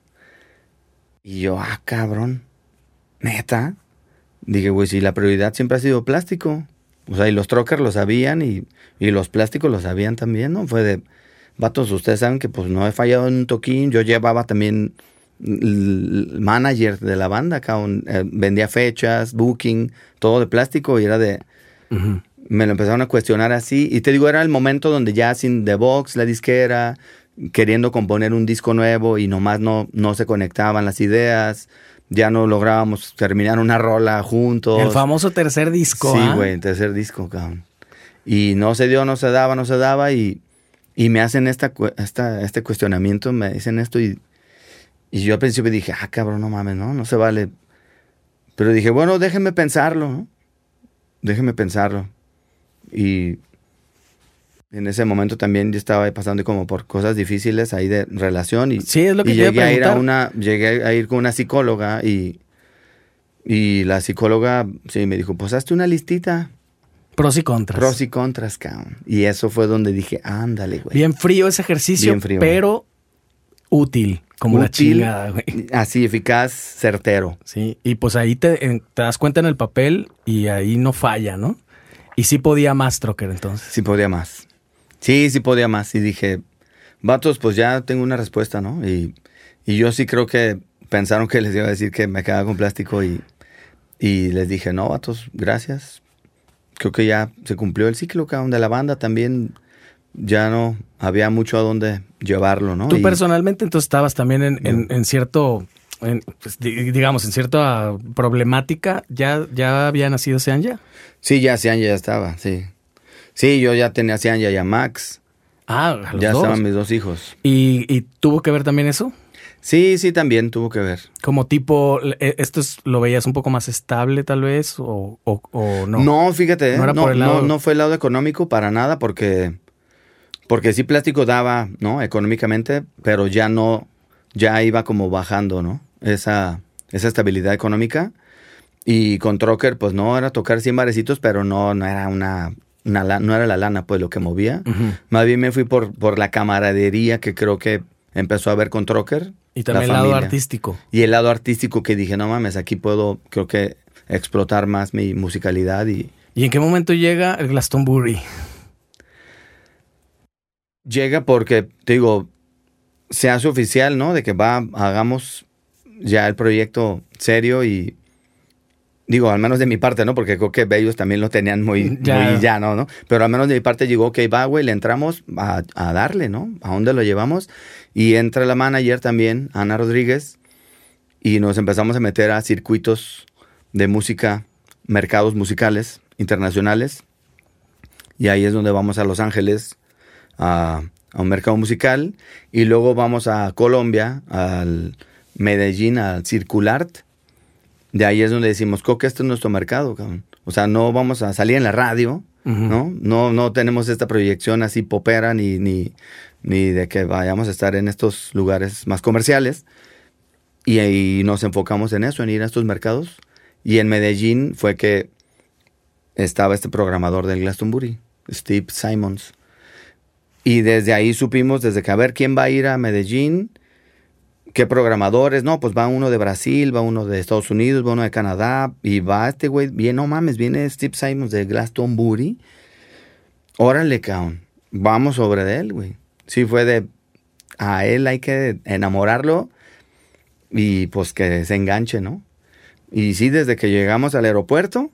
Y yo, ah, cabrón. ¿Neta? Dije, güey, si la prioridad siempre ha sido plástico. O sea, y los Trocker lo sabían y, y los plásticos lo sabían también, ¿no? Fue de, vatos, ustedes saben que pues no he fallado en un toquín. Yo llevaba también el manager de la banda, cabrón. Eh, vendía fechas, booking, todo de plástico y era de... Ujú. Me lo empezaron a cuestionar así. Y te digo, era el momento donde ya sin The Box, la disquera, queriendo componer un disco nuevo y nomás no, no se conectaban las ideas. Ya no lográbamos terminar una rola juntos. El famoso tercer disco, Sí, ¿ah? güey, tercer disco, cabrón. Y no se dio, no se daba, no se daba. Y, y me hacen esta, cu- esta, este cuestionamiento, me dicen esto. Y, y yo al principio dije, ah, cabrón, no mames, no, no se vale. Pero dije, bueno, déjenme pensarlo, ¿no? Déjenme pensarlo. Y en ese momento también yo estaba pasando como por cosas difíciles ahí de relación. Y, Sí, es lo que y te iba a llegué a ir a preguntar. una, llegué a ir con una psicóloga y, y la psicóloga sí me dijo, pues hazte una listita. Pros y contras. Pros y contras, cabrón. Y eso fue donde dije, ándale, güey. Bien frío ese ejercicio, Bien frío. pero útil, como la Útil, chingada, güey. así, eficaz, certero. Sí, y pues ahí te, en- te das cuenta en el papel y ahí no falla, ¿no? Y sí podía más Trocker entonces. Sí podía más. Sí, sí podía más. Y dije, vatos, pues ya tengo una respuesta, ¿no? Y, y yo sí creo que pensaron que les iba a decir que me quedaba con plástico y, y les dije, no, vatos, gracias. Creo que ya se cumplió el ciclo, cabrón, de la banda. También ya no había mucho a dónde llevarlo, ¿no? Tú Y- personalmente entonces estabas también en, en- Yo. en cierto, en, pues, di- digamos, en cierta problemática. ¿Ya, ya había nacido Seanya? Sí, ya Cianya ya estaba, sí. Sí, yo ya tenía a Cianya y a Max. Ah, a los Ya dos. estaban mis dos hijos. ¿Y, y tuvo que ver también eso? Sí, sí, también tuvo que ver. Como tipo, eh, ¿esto es- lo veías un poco más estable tal vez o, o, o no? No, fíjate, No no, era no, por el lado- no fue el lado económico para nada porque, porque sí plástico daba, ¿no? Económicamente, pero ya no, ya iba como bajando, ¿no? Esa, esa estabilidad económica. Y con Trocker, pues no, era tocar cien barecitos, pero no, no era una, una la- no era la lana, pues lo que movía. Ujú. Más bien me fui por, por la camaradería que creo que empezó a ver con Trocker. Y también el la lado familia. artístico. Y el lado artístico que dije, no mames, aquí puedo, creo que explotar más mi musicalidad y ¿Y en qué momento llega el Glastonbury? llega porque, te digo, se hace oficial, ¿no? De que va, hagamos ya el proyecto serio y digo, al menos de mi parte, ¿no? Porque creo que ellos también lo tenían muy Ya. muy llano, ¿no? Pero al menos de mi parte llegó, ok, va, güey, le entramos a, a darle, ¿no? ¿A dónde lo llevamos? Y entra la manager también, Ana Rodríguez, y nos empezamos a meter a circuitos de música, mercados musicales internacionales. Y ahí es donde vamos a Los Ángeles, a, a un mercado musical. Y luego vamos a Colombia, al Medellín, al Circulart. De ahí es donde decimos, creo que este es nuestro mercado, cabrón. O sea, no vamos a salir en la radio, Ujú. ¿no? No, no tenemos esta proyección así popera ni, ni, ni de que vayamos a estar en estos lugares más comerciales. Y ahí nos enfocamos en eso, en ir a estos mercados. Y en Medellín fue que estaba este programador del Glastonbury, Steve Simons. Y desde ahí supimos, desde que a ver quién va a ir a Medellín, qué programadores, no, pues va uno de Brasil, va uno de Estados Unidos, va uno de Canadá, y va este güey, bien, no mames, viene Steve Simons de Glastonbury. Órale, cabrón, vamos sobre de él, güey. Sí, fue de, a él hay que enamorarlo y pues que se enganche, ¿no? Y sí, desde que llegamos al aeropuerto,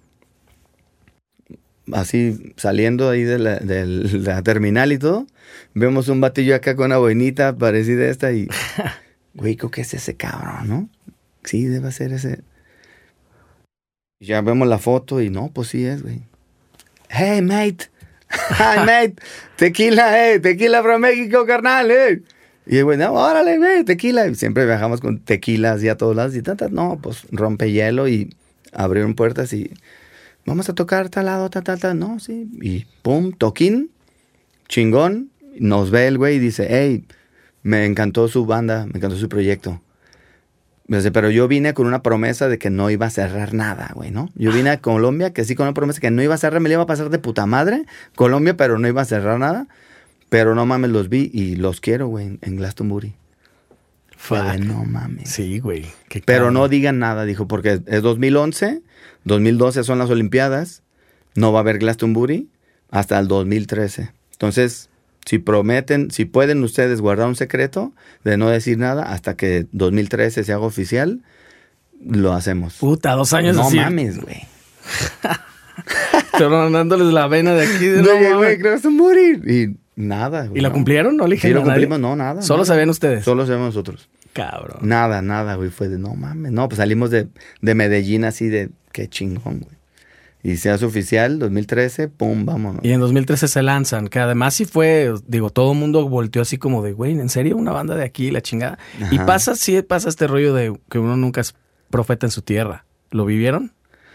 así saliendo ahí de la, de la terminal y todo, vemos un batillo acá con una boinita parecida a esta y, güey, creo que es ese cabrón, ¿no? Sí, debe ser ese. Ya vemos la foto y no, pues sí es, güey. Hey, mate, Ay, mate, tequila, eh, tequila from México, carnal, eh. Y el güey, no, órale, güey, tequila. Y siempre viajamos con tequilas y a todos lados y tantas. No, pues rompe hielo y abrieron puertas y vamos a tocar tal lado, tal, tal, tal. No, sí. Y pum, toquín, chingón. Nos ve el güey y dice, hey, me encantó su banda, me encantó su proyecto. Dice, pero yo vine con una promesa de que no iba a cerrar nada, güey, ¿no? Yo vine a Colombia que sí con una promesa que no iba a cerrar, me la iba a pasar de puta madre, Colombia, pero no iba a cerrar nada. Pero no mames, los vi y los quiero, güey, en Glastonbury. Fue, no mames. Sí, güey. Pero cabrón. No digan nada, dijo, porque es dos mil once, dos mil doce son las Olimpiadas, no va a haber Glastonbury hasta el dos mil trece. Entonces, si prometen, si pueden ustedes guardar un secreto de no decir nada hasta que dos mil trece se haga oficial, lo hacemos. Puta, dos años no así. No mames, güey. Tronándoles la vena de aquí. De no, güey, Glastonbury. Y nada, güey. ¿Y la cumplieron? ¿No le dijeron Sí, lo cumplimos, no, nada. ¿Solo nada. sabían ustedes? Solo sabemos nosotros. Cabrón. Nada, nada, güey. Fue de, no mames. No, pues salimos de, de Medellín así de, qué chingón, güey. Y se hace oficial, dos mil trece, pum, vámonos. Y en dos mil trece se lanzan, que además sí fue, digo, todo el mundo volteó así como de, güey, ¿en serio? Una banda de aquí, la chingada. Ajá. Y pasa, sí pasa este rollo de que uno nunca es profeta en su tierra. ¿Lo vivieron?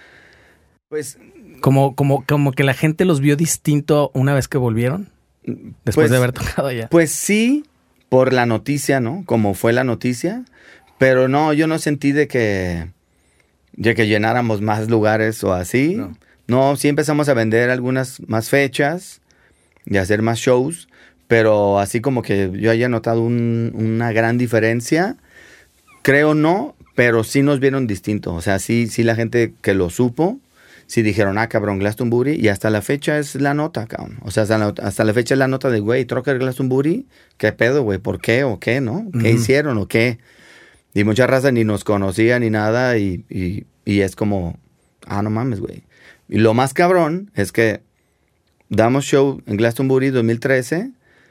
Pues... Como, como, como que la gente los vio distinto una vez que volvieron, después pues, de haber tocado allá. Pues sí, por la noticia, ¿no? Como fue la noticia. Pero no, yo no sentí de que, de que llenáramos más lugares o así. No. no, sí empezamos a vender algunas más fechas y a hacer más shows. Pero así como que yo haya notado un, una gran diferencia, creo no, pero sí nos vieron distinto. O sea, sí, sí la gente que lo supo, sí dijeron, ah, cabrón, Glastonbury, y hasta la fecha es la nota, cabrón. O sea, hasta la, hasta la fecha es la nota de, güey, Trocker Glastonbury, ¿qué pedo, güey? ¿Por qué o qué, no? ¿Qué uh-huh. hicieron o qué? Y mucha raza ni nos conocía ni nada, y, y, y es como, ah, no mames, güey. Y lo más cabrón es que damos show en Glastonbury dos mil trece,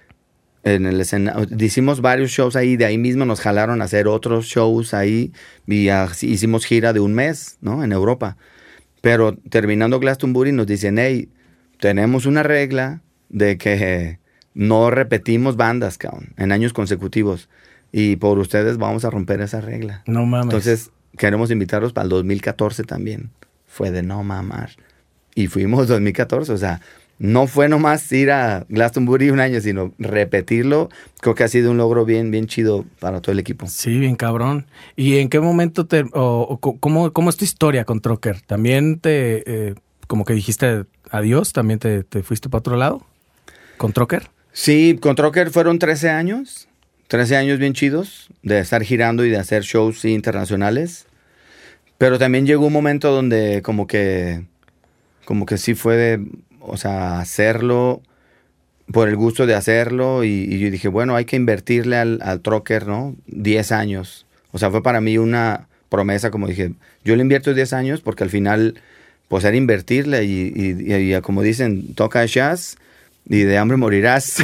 en el escenario, hicimos varios shows ahí, de ahí mismo nos jalaron a hacer otros shows ahí, y así, hicimos gira de un mes, ¿no? En Europa. Pero terminando Glastonbury nos dicen, hey, tenemos una regla de que no repetimos bandas, cabrón, en años consecutivos. Y por ustedes vamos a romper esa regla. No mames. Entonces, queremos invitarlos para el dos mil catorce también. Fue de no mamar. Y fuimos dos mil catorce, o sea, no fue nomás ir a Glastonbury un año, sino repetirlo. Creo que ha sido un logro bien, bien chido para todo el equipo. Sí, bien cabrón. ¿Y en qué momento te, o, o cómo, cómo es tu historia con Trocker? ¿También te, eh, como que dijiste adiós, también te, te fuiste para otro lado con Trocker? Sí, con Trocker fueron trece años, trece años bien chidos de estar girando y de hacer shows sí, internacionales. Pero también llegó un momento donde como que, como que sí fue de... O sea, hacerlo por el gusto de hacerlo. Y, y yo dije, bueno, hay que invertirle al, al Trocker, ¿no? diez años. O sea, fue para mí una promesa, como dije, yo le invierto diez años porque al final, pues era invertirle. Y, y, y, y como dicen, toca jazz y de hambre morirás.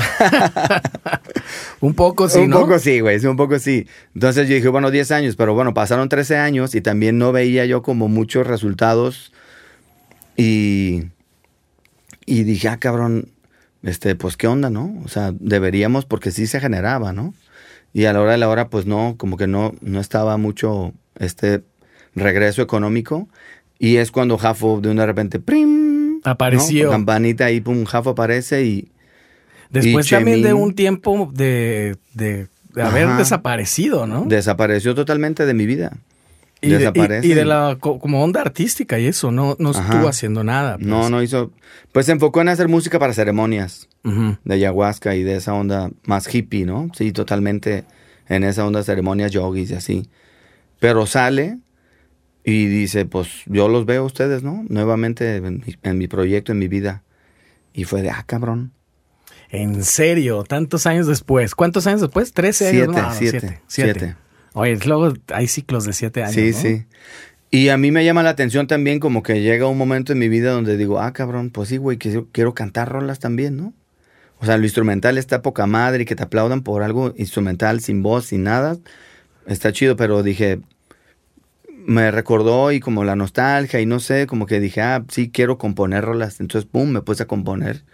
Un poco sí, un ¿no? Un poco sí, güey, un poco sí. Entonces yo dije, bueno, diez años, pero bueno, pasaron trece años y también no veía yo como muchos resultados. Y... Y dije, ah, cabrón, este, pues, ¿qué onda, no? O sea, deberíamos, porque sí se generaba, ¿no? Y a la hora de la hora, pues, no, como que no, no estaba mucho este regreso económico. Y es cuando Jafo, de una de repente, ¡prim! Apareció. ¿no? Campanita ahí, pum, Jafo aparece y... Después y también Chemín, de un tiempo de, de, de haber ajá, desaparecido, ¿no? Desapareció totalmente de mi vida. Y de, y, y de la como onda artística y eso, no, no estuvo ajá. haciendo nada. Pues. No, no hizo... Pues se enfocó en hacer música para ceremonias uh-huh. de ayahuasca y de esa onda más hippie, ¿no? Sí, totalmente en esa onda de ceremonias yogis y así. Pero sale y dice, pues yo los veo a ustedes, ¿no? Nuevamente en mi, en mi proyecto, en mi vida. Y fue de, ah, cabrón. ¿En serio? Tantos años después. ¿Cuántos años después? ¿Trece años? Siete, No, no, siete, siete. siete. siete. Oye, luego hay ciclos de siete años, sí, ¿no? Sí, sí. Y a mí me llama la atención también como que llega un momento en mi vida donde digo, ah, cabrón, pues sí, güey, que yo quiero cantar rolas también, ¿no? O sea, lo instrumental está poca madre y que te aplaudan por algo instrumental, sin voz, sin nada. Está chido, pero dije, me recordó y como la nostalgia y no sé, como que dije, ah, sí, quiero componer rolas. Entonces, pum, me puse a componer.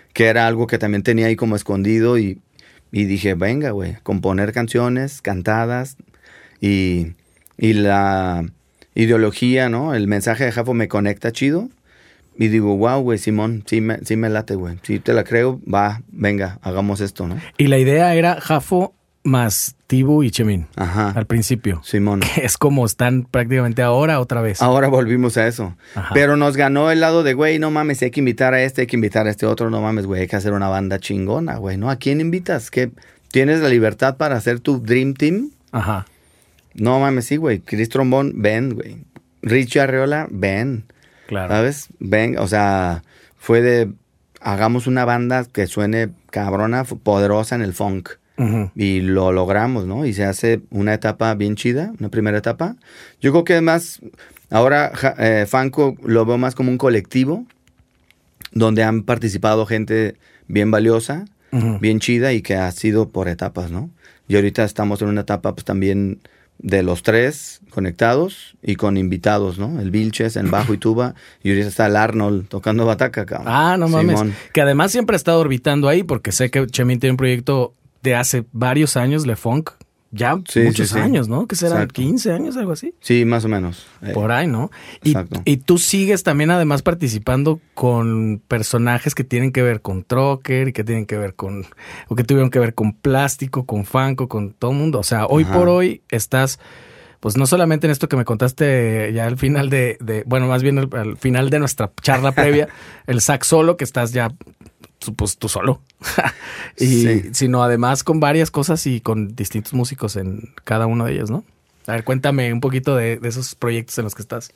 que era algo que también tenía ahí como escondido y, y dije, venga, güey, componer canciones cantadas y, y la ideología, ¿no? El mensaje de Jafo me conecta chido. Y digo, wow, güey, Simón, sí me, sí me late, güey. Si te la creo, va, venga, hagamos esto, ¿no? Y la idea era Jafo más Tibu y Chemín. Ajá. Al principio. Simón. Que es como están prácticamente ahora otra vez. Ahora volvimos a eso. Ajá. Pero nos ganó el lado de, güey, no mames, hay que invitar a este, hay que invitar a este otro, no mames, güey, hay que hacer una banda chingona, güey, ¿no? ¿A quién invitas? ¿Qué? ¿Tienes la libertad para hacer tu Dream Team? Ajá. No mames, sí, güey. Chris Trombón, ven, güey. Richie Arreola, ven. Claro. ¿Sabes? Ven, o sea, fue de, hagamos una banda que suene cabrona, poderosa en el funk. Uh-huh. Y lo logramos, ¿no? Y se hace una etapa bien chida, una primera etapa. Yo creo que además, ahora eh, Fanco lo veo más como un colectivo, donde han participado gente bien valiosa, uh-huh. bien chida y que ha sido por etapas, ¿no? Y ahorita estamos en una etapa pues también de los tres conectados y con invitados, ¿no? El Vilches en bajo y tuba y ahorita está el Arnold tocando bataca, cabrón. Ah, no mames. Simón. Que además siempre ha estado orbitando ahí porque sé que Chemín tiene un proyecto de hace varios años, Le Funk. Ya Sí, muchos sí, sí. años, ¿no? Que serán Exacto. quince años, algo así. Sí, más o menos. Eh, Por ahí, ¿no? Y, Exacto. y tú sigues también además participando con personajes que tienen que ver con Trocker y que tienen que ver con, o que tuvieron que ver con Plástico, con Fanco, con todo el mundo. O sea, hoy Ajá. por hoy estás, pues no solamente en esto que me contaste ya al final de, de bueno, más bien al, al final de nuestra charla previa, el sax solo, que estás ya, pues tú solo. y Sí. sino además con varias cosas y con distintos músicos en cada uno de ellos, ¿no? A ver, cuéntame un poquito de, de esos proyectos en los que estás.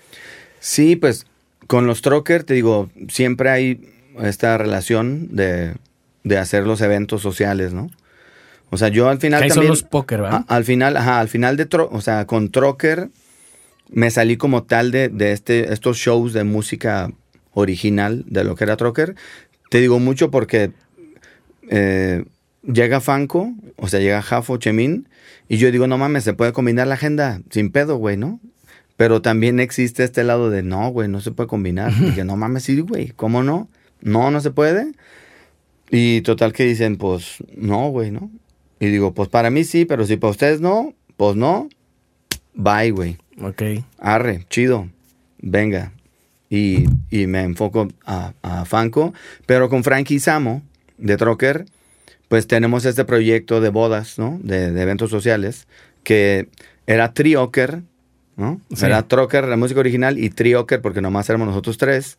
Sí, pues con los Trocker, te digo, siempre hay esta relación de, de hacer los eventos sociales, ¿no? O sea, yo al final Que ahí también... son los póker, ¿verdad? a- al final, ajá, al final de, tro, o sea, con Trocker me salí como tal de, de este, estos shows de música original de lo que era Trocker. Te digo mucho porque eh, llega Fanco, o sea, llega Jafo, Chemín, y yo digo, no mames, se puede combinar la agenda sin pedo, güey, ¿no? Pero también existe este lado de, no, güey, no se puede combinar. Y dije, no mames, sí, güey, ¿cómo no? No, no se puede. Y total que dicen, pues, no, güey, ¿no? Y digo, pues para mí sí, pero si para ustedes no, pues no, bye, güey. Ok. Arre, chido, venga. Y, y me enfoco a, a Fanco. Pero con Frankie Samo, de Trocker, pues tenemos este proyecto de bodas, ¿no? De, de eventos sociales, que era Triocker, ¿no? Sí. Era Trocker, la música original, y Triocker, porque nomás éramos nosotros tres,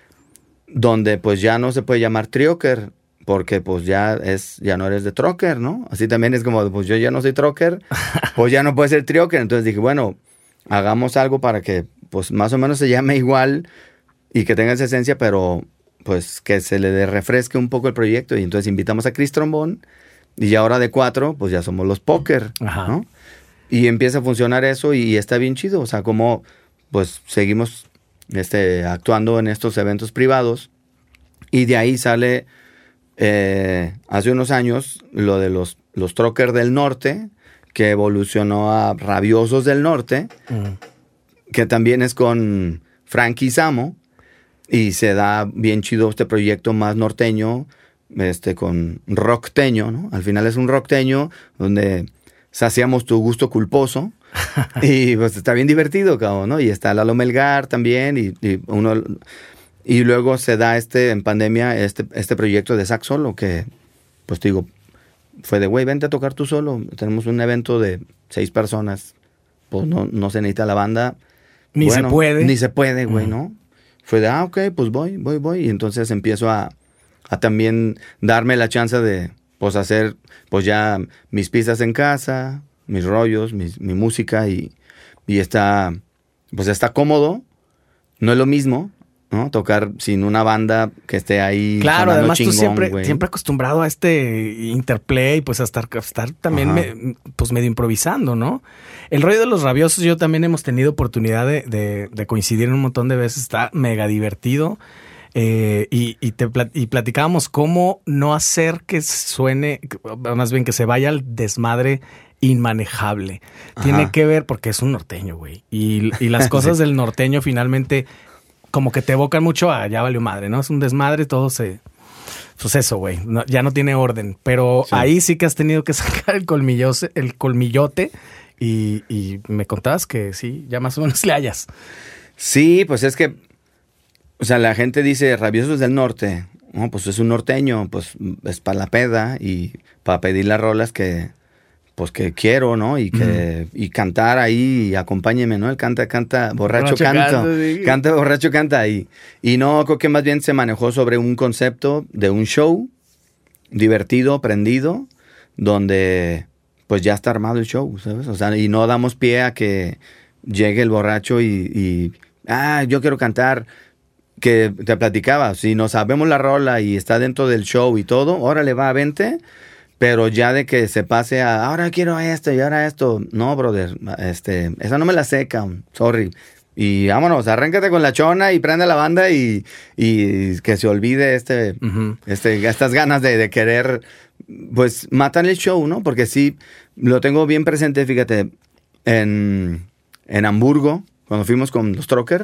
donde pues ya no se puede llamar Triocker, porque pues ya es, ya no eres de Trocker, ¿no? Así también es como, pues yo ya no soy Trocker, pues ya no puede ser Triocker. Entonces dije, bueno, hagamos algo para que pues más o menos se llame igual y que tenga esa esencia, pero pues que se le refresque un poco el proyecto. Y entonces invitamos a Chris Trombón y ya ahora de cuatro, pues ya somos los Póker, Ajá. ¿no? Y empieza a funcionar eso y está bien chido. O sea, como pues seguimos este, actuando en estos eventos privados y de ahí sale eh, hace unos años lo de los, los Trocker del Norte, que evolucionó a Rabiosos del Norte, Mm. que también es con Frankie Samo, y se da bien chido este proyecto más norteño, este con rockteño, ¿no? Al final es un rockteño donde saciamos tu gusto culposo y pues está bien divertido, cabrón, ¿no? Y está Lalo Melgar también y, y uno y luego se da este en pandemia este este proyecto de sax solo que pues te digo fue de güey, vente a tocar tú solo, tenemos un evento de seis personas, pues no no se necesita la banda. Ni Bueno, se puede. Ni se puede, güey, Mm. ¿no? Fue de, ah, ok, pues voy, voy, voy. Y entonces empiezo a, a también darme la chance de, pues, hacer, pues, ya mis pistas en casa, mis rollos, mis, mi música y, y está, pues, está cómodo. No es lo mismo, ¿no? Tocar sin una banda que esté ahí Claro, sonando además chingón, tú siempre, güey. siempre acostumbrado a este interplay, pues a estar, a estar también me- pues medio improvisando, ¿no? El rollo de los Rabiosos, yo también hemos tenido oportunidad de, de, de coincidir en un montón de veces, está mega divertido. Eh, y, y, te plat- y platicábamos cómo no hacer que suene, más bien que se vaya al desmadre inmanejable. Ajá. Tiene que ver, porque es un norteño, güey. Y, y las cosas Sí. del norteño finalmente como que te evocan mucho a ya valió madre, ¿no? Es un desmadre, todo se... pues eso, güey, no, ya no tiene orden. Pero sí. Ahí sí que has tenido que sacar el colmillote, el colmillote y, y me contabas que sí, ya más o menos le hallas. Sí, pues es que, o sea, la gente dice Rabiosos del Norte. No, pues es un norteño, pues es para la peda y para pedir las rolas que, pues que quiero, ¿no? Y que mm. y cantar ahí, y acompáñeme, ¿no? El canta, canta, borracho, borracho canto, canto sí. Canta, borracho, canta ahí. Y no, creo que más bien se manejó sobre un concepto de un show divertido, prendido, donde pues ya está armado el show, ¿sabes? O sea, y no damos pie a que llegue el borracho y, y ah, yo quiero cantar. Que te platicaba, si no sabemos la rola y está dentro del show y todo, órale, va a veinte, pero ya de que se pase a, ahora quiero esto y ahora esto, no, brother, este, esa no me la seca, sorry. Y vámonos, arráncate con la chona y prende la banda y, y que se olvide este, uh-huh. este, estas ganas de, de querer, pues, matar el show, ¿no? Porque sí, lo tengo bien presente, fíjate, en, en Hamburgo, cuando fuimos con los Trocker,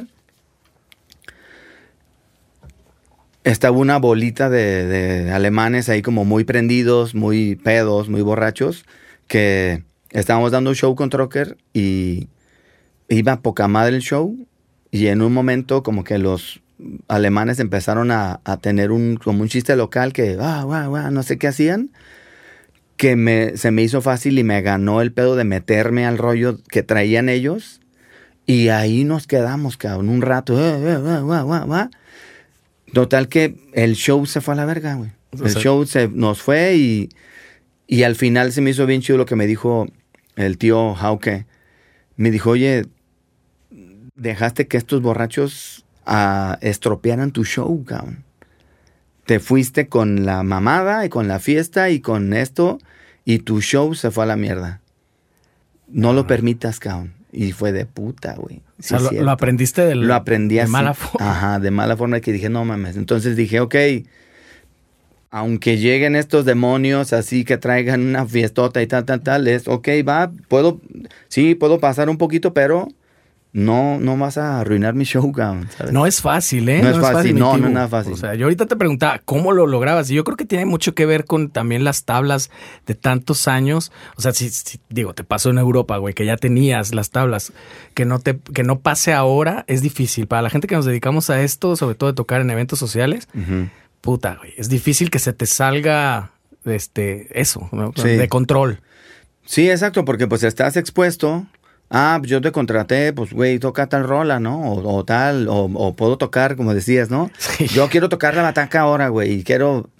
estaba una bolita de, de alemanes ahí como muy prendidos, muy pedos, muy borrachos, que estábamos dando un show con Trocker y iba poca madre el show y en un momento como que los alemanes empezaron a, a tener un, como un chiste local que, ah, guau, guau, no sé qué hacían, que me, se me hizo fácil y me ganó el pedo de meterme al rollo que traían ellos y ahí nos quedamos, cabrón, un rato, eh, eh, guau, guau, guau, guau. Total que el show se fue a la verga, güey. El o sea, show se nos fue y, y al final se me hizo bien chido lo que me dijo el tío Hauke. Me dijo, oye, dejaste que estos borrachos uh, estropearan tu show, cabrón. Te fuiste con la mamada y con la fiesta y con esto y tu show se fue a la mierda. No lo permitas, cabrón. Y fue de puta, güey. Sí, o sea, lo, lo aprendiste del, lo aprendí de así, mala forma. Ajá, de mala forma que dije, no mames. Entonces dije, ok, aunque lleguen estos demonios así que traigan una fiestota y tal, tal, tal, es, ok, va, puedo, sí, puedo pasar un poquito, pero no, no vas a arruinar mi show, ¿sabes? No es fácil, ¿eh? No, no es fácil, fácil no, no es nada fácil. O sea, yo ahorita te preguntaba, ¿cómo lo lograbas? Y yo creo que tiene mucho que ver con también las tablas de tantos años. O sea, si, si digo, te pasó en Europa, güey, que ya tenías las tablas, que no te, que no pase ahora, es difícil. Para la gente que nos dedicamos a esto, sobre todo de tocar en eventos sociales, uh-huh. puta, güey, es difícil que se te salga este, eso, ¿no? Sí. De control. Sí, exacto, porque pues estás expuesto. Ah, yo te contraté, pues, güey, toca tal rola, ¿no? O, o tal, o, o puedo tocar, como decías, ¿no? Sí. Yo quiero tocar la bataca ahora, güey, y quiero...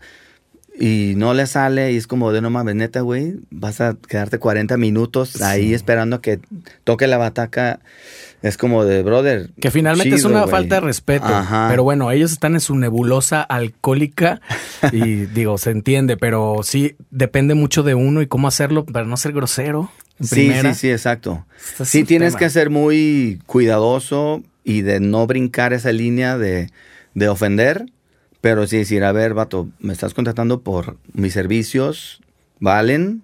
Y no le sale, y es como de no mames, neta, güey, vas a quedarte cuarenta minutos sí. ahí esperando a que toque la bataca. Es como de, brother. Que finalmente chido, es una wey. falta de respeto. Ajá. Pero bueno, ellos están en su nebulosa alcohólica y digo, se entiende, pero sí depende mucho de uno y cómo hacerlo para no ser grosero. Sí, primera. sí, sí, exacto. Este sí, tienes tema. que ser muy cuidadoso y de no brincar esa línea de, de ofender. Pero sí decir, a ver, vato, me estás contratando por mis servicios, valen,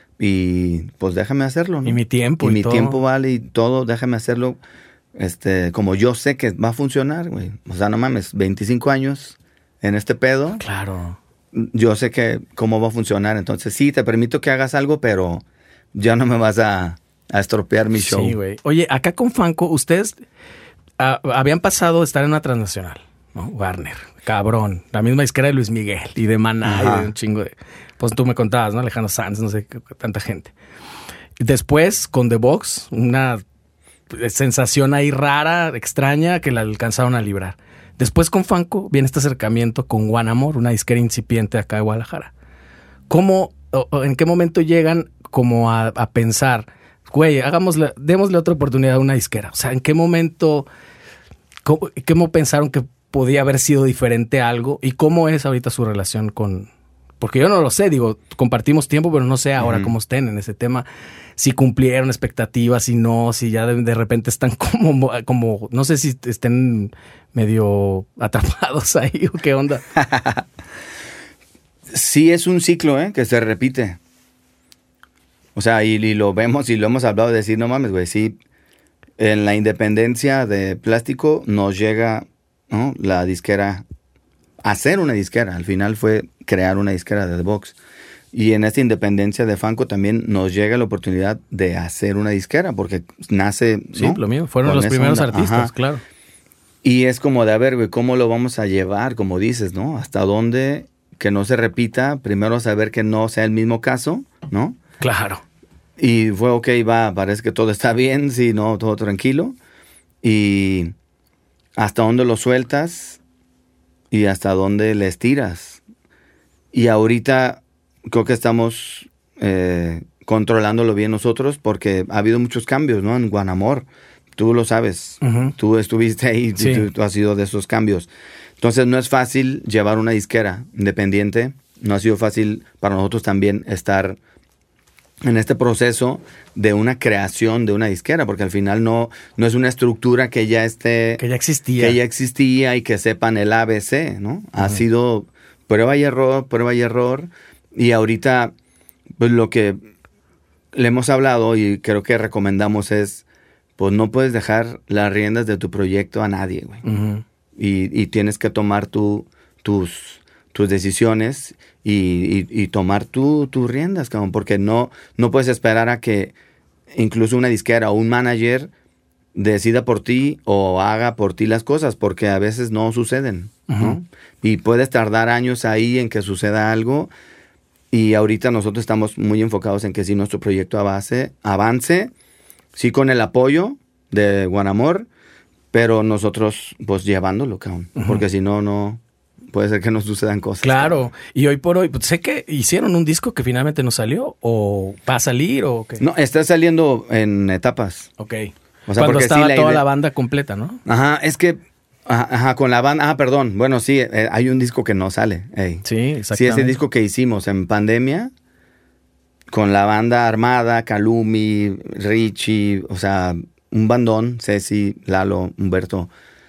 y pues déjame hacerlo, ¿no? Y mi tiempo y, y mi todo. tiempo vale y todo, déjame hacerlo, este, como yo sé que va a funcionar, güey. O sea, no mames, veinticinco años en este pedo. Claro. Yo sé que cómo va a funcionar, entonces sí, te permito que hagas algo, pero ya no me vas a, a estropear mi show. Sí, güey. Oye, acá con Fanco, ustedes uh, habían pasado de estar en una transnacional, ¿no? Warner. Cabrón, la misma disquera de Luis Miguel y de Maná Ajá. y de un chingo de... Pues tú me contabas, ¿no? Alejandro Sanz, no sé, tanta gente. Después, con The Box, una sensación ahí rara, extraña, que la alcanzaron a librar. Después con Fanco viene este acercamiento con One Amor, una disquera incipiente acá de Guadalajara. ¿Cómo, o, o en qué momento llegan como a, a pensar, güey, hagámosle, démosle otra oportunidad a una disquera? O sea, ¿en qué momento, cómo, cómo pensaron que podía haber sido diferente algo? ¿Y cómo es ahorita su relación con...? Porque yo no lo sé, digo, compartimos tiempo, pero no sé ahora uh-huh. cómo estén en ese tema. Si cumplieron expectativas, si no, si ya de, de repente están como, como, no sé si estén medio atrapados ahí o qué onda. Sí, es un ciclo, ¿eh? Que se repite. O sea, y, y lo vemos y lo hemos hablado de decir, no mames, güey, sí, en la independencia de Plástico nos llega... ¿no? La disquera hacer una disquera. Al final fue crear una disquera de The Box. Y en esta independencia de Fanco también nos llega la oportunidad de hacer una disquera, porque nace... Sí, ¿no? lo mismo. Fueron Con los esa primeros onda. artistas, Ajá. claro. Y es como de, a ver, güey, ¿cómo lo vamos a llevar? Como dices, ¿no? ¿Hasta dónde que no se repita? Primero saber que no sea el mismo caso, ¿no? Claro. Y fue, ok, va, parece que todo está bien, sí, no, todo tranquilo. Y hasta dónde lo sueltas y hasta dónde le estiras. Y ahorita creo que estamos eh, controlándolo bien nosotros porque ha habido muchos cambios, ¿no? En Guanamor. Tú lo sabes. Uh-huh. Tú estuviste ahí, Sí. tú, tú has sido de esos cambios. Entonces no es fácil llevar una disquera independiente. No ha sido fácil para nosotros también estar en este proceso de una creación de una disquera, porque al final no, no es una estructura que ya esté... Que ya existía. Que ya existía y que sepan el A B C, ¿no? Uh-huh. Ha sido prueba y error, prueba y error. Y ahorita, pues lo que le hemos hablado y creo que recomendamos es, pues no puedes dejar las riendas de tu proyecto a nadie, güey. Uh-huh. Y, y tienes que tomar tu, tus, tus decisiones y, y, y tomar tu, tus riendas, cabrón, porque no, no puedes esperar a que incluso una disquera o un manager decida por ti o haga por ti las cosas, porque a veces no suceden, uh-huh. ¿no? Y puedes tardar años ahí en que suceda algo. Y ahorita nosotros estamos muy enfocados en que si nuestro proyecto avance, avance, sí con el apoyo de Guanamor, pero nosotros pues llevándolo, cabrón. Uh-huh. Porque si no, no puede ser que nos sucedan cosas. Claro, cabrón. Y hoy por hoy, pues, sé que hicieron un disco que finalmente no salió, o va a salir, o qué. No, está saliendo en etapas. Ok. O sea, cuando porque estaba sí, la toda idea... la banda completa, ¿no? Ajá, es que... Ajá, ajá, con la banda... Ah, perdón. Bueno, sí, eh, hay un disco que no sale. Ey. Sí, exactamente. Sí, ese disco que hicimos en pandemia, con la banda armada, Calumi, Richie, o sea, un bandón, Ceci, Lalo, Humberto,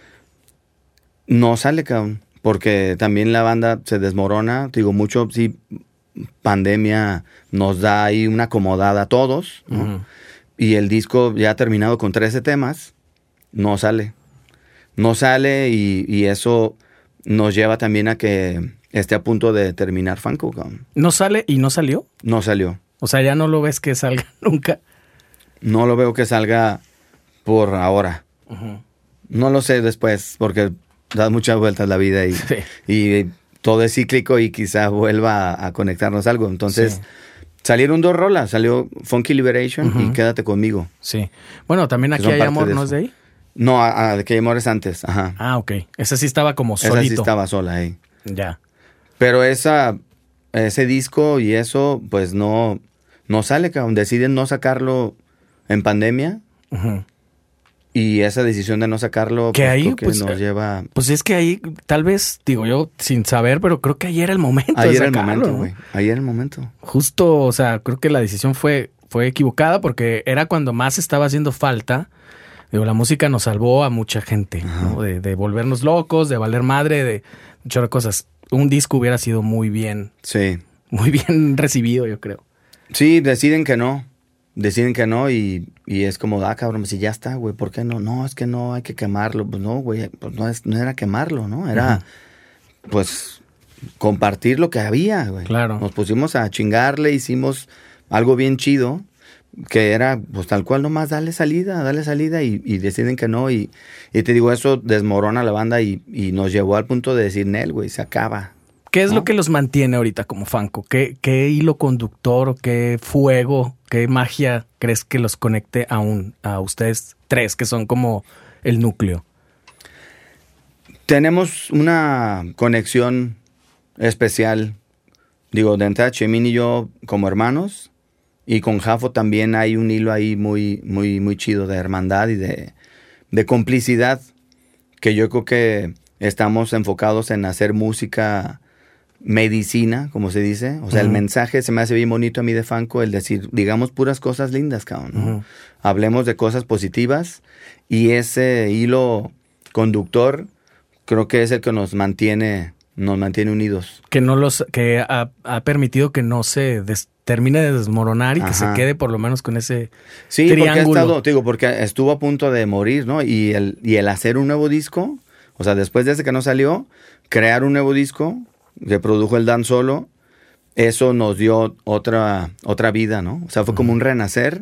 no sale, cabrón. Porque también la banda se desmorona. Digo, mucho, sí, pandemia nos da ahí una acomodada a todos, ¿no? Uh-huh. Y el disco ya ha terminado con trece temas, no sale. No sale y, y eso nos lleva también a que esté a punto de terminar Fanco, cabrón. ¿No sale y no salió? No salió. O sea, ya no lo ves que salga nunca. No lo veo que salga por ahora. Uh-huh. No lo sé después, porque da muchas vueltas la vida y, sí. y todo es cíclico y quizá vuelva a, a conectarnos algo. Entonces... Sí. Salieron dos rolas, salió Funky Liberation uh-huh. y Quédate Conmigo. Sí. Bueno, también Aquí Hay Amor, ¿no es de ahí? No, a, a, Aquí Hay Amor es antes, ajá. Ah, ok. Esa sí estaba como solito. Esa sí estaba sola ahí. Ya. Pero esa, ese disco y eso, pues no, no sale, cabrón. Deciden no sacarlo en pandemia. Uh-huh. Y esa decisión de no sacarlo, que pues, ahí creo que pues, nos lleva... Pues es que ahí, tal vez, digo yo, sin saber, pero creo que ahí era el momento ahí de era sacarlo, el momento, ¿no? güey. Ahí era el momento. Justo, o sea, creo que la decisión fue, fue equivocada porque era cuando más estaba haciendo falta. Digo, la música nos salvó a mucha gente, ¿no? De, de volvernos locos, de valer madre, de muchas cosas. Un disco hubiera sido muy bien. Sí. Muy bien recibido, yo creo. Sí, deciden que no. Deciden que no y, y es como, ah, cabrón, si ya está, güey, ¿por qué no? No, es que no, hay que quemarlo. Pues no, güey, pues no, es, no era quemarlo, ¿no? Era, uh-huh. pues, compartir lo que había, güey. Claro. Nos pusimos a chingarle, hicimos algo bien chido, que era, pues, tal cual nomás, dale salida, dale salida y, y deciden que no. Y, y te digo, eso desmorona la banda y, y nos llevó al punto de decir, Nel, güey, se acaba. ¿Qué es ¿no? lo que los mantiene ahorita como Fanco? ¿Qué, qué hilo conductor o qué fuego, qué magia crees que los conecte a, un, a ustedes tres, que son como el núcleo? Tenemos una conexión especial. Digo, de entrada, Chemín y yo como hermanos. Y con Jafo también hay un hilo ahí muy, muy, muy chido de hermandad y de, de complicidad. Que yo creo que estamos enfocados en hacer música... medicina, como se dice. O sea, uh-huh. el mensaje se me hace bien bonito a mí de Fanco, el decir, digamos puras cosas lindas, cabrón, ¿no? Uh-huh. Hablemos de cosas positivas y ese hilo conductor creo que es el que nos mantiene, nos mantiene unidos. Que no los, que ha, ha permitido que no se des, termine de desmoronar y Ajá. que se quede por lo menos con ese sí, triángulo. Sí, porque ha estado, digo, porque estuvo a punto de morir, ¿no? Y el, y el hacer un nuevo disco O sea, después de ese que no salió, crear un nuevo disco que produjo el Dan Solo, eso nos dio otra, otra vida, ¿no? O sea, fue uh-huh. como un renacer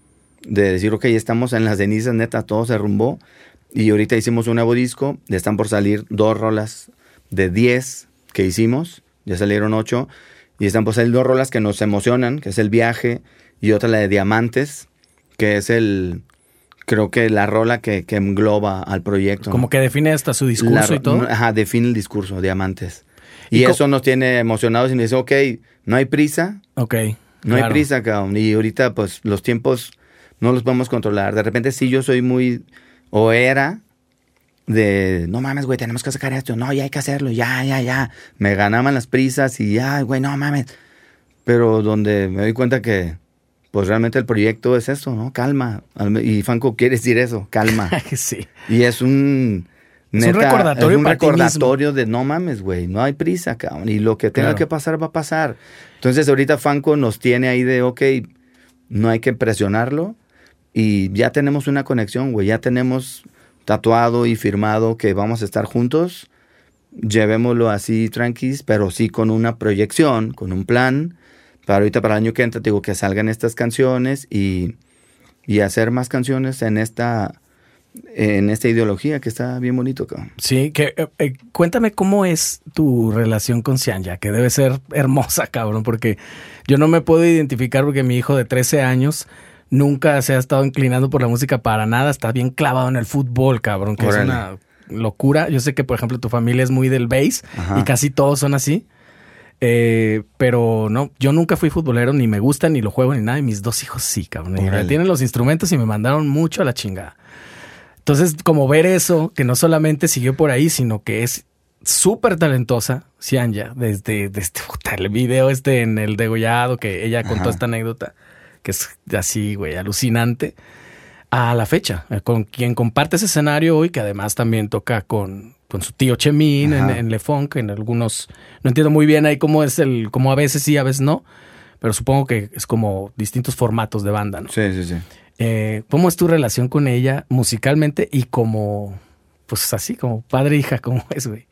de decir, ok, estamos en las cenizas, neta, todo se derrumbó. Y ahorita hicimos un nuevo disco, están por salir dos rolas de diez que hicimos, ya salieron ocho, y están por salir dos rolas que nos emocionan, que es El Viaje, y otra la de Diamantes, que es el, creo que la rola que, que engloba al proyecto. Como ¿no? que define hasta su discurso la, y todo. Ajá, define el discurso, Diamantes. Y, y eso co- nos tiene emocionados y nos dice, ok, no hay prisa. Ok, No claro. hay prisa, cabrón. Y ahorita, pues, los tiempos no los podemos controlar. De repente, sí, yo soy muy, o era, de, no mames, güey, tenemos que sacar esto. No, ya hay que hacerlo, ya, ya, ya. Me ganaban las prisas y ya, güey, no mames. Pero donde me doy cuenta que, pues, realmente el proyecto es eso, ¿no? Calma. Y Fanco quiere decir eso, calma. Sí. Y es un... Es neta, un recordatorio, es un para recordatorio de no mames, güey, no hay prisa, cabrón. Y lo que tenga claro. que pasar, va a pasar. Entonces, ahorita Fanco nos tiene ahí de, ok, no hay que presionarlo. Y ya tenemos una conexión, güey. Ya tenemos tatuado y firmado que vamos a estar juntos. Llevémoslo así tranquis, pero sí con una proyección, con un plan. Para ahorita, para el año que entra, te digo que salgan estas canciones y, y hacer más canciones en esta... en esta ideología que está bien bonito, cabrón. Sí, que eh, eh, cuéntame cómo es tu relación con Xianya, que debe ser hermosa, cabrón, porque yo no me puedo identificar porque mi hijo de trece años nunca se ha estado inclinando por la música para nada, está bien clavado en el fútbol, cabrón, que Órale. Es una locura. Yo sé que, por ejemplo, tu familia es muy del bass y casi todos son así. Eh, pero no, yo nunca fui futbolero, ni me gusta, ni lo juego, ni nada. Y mis dos hijos sí, cabrón. Y tienen los instrumentos y me mandaron mucho a la chingada. Entonces, como ver eso, que no solamente siguió por ahí, sino que es súper talentosa, Xianya, desde, desde puta, el video este en el degollado, que ella contó Ajá. esta anécdota, que es así, güey, alucinante, a la fecha, con quien comparte ese escenario hoy, que además también toca con, con su tío Chemín en, en Le Funk, en algunos, no entiendo muy bien ahí cómo es el, como a veces sí, a veces no, pero supongo que es como distintos formatos de banda, ¿no? Sí, sí, sí. Eh, ¿Cómo es tu relación con ella musicalmente y como, pues así, como padre e hija, cómo es, güey?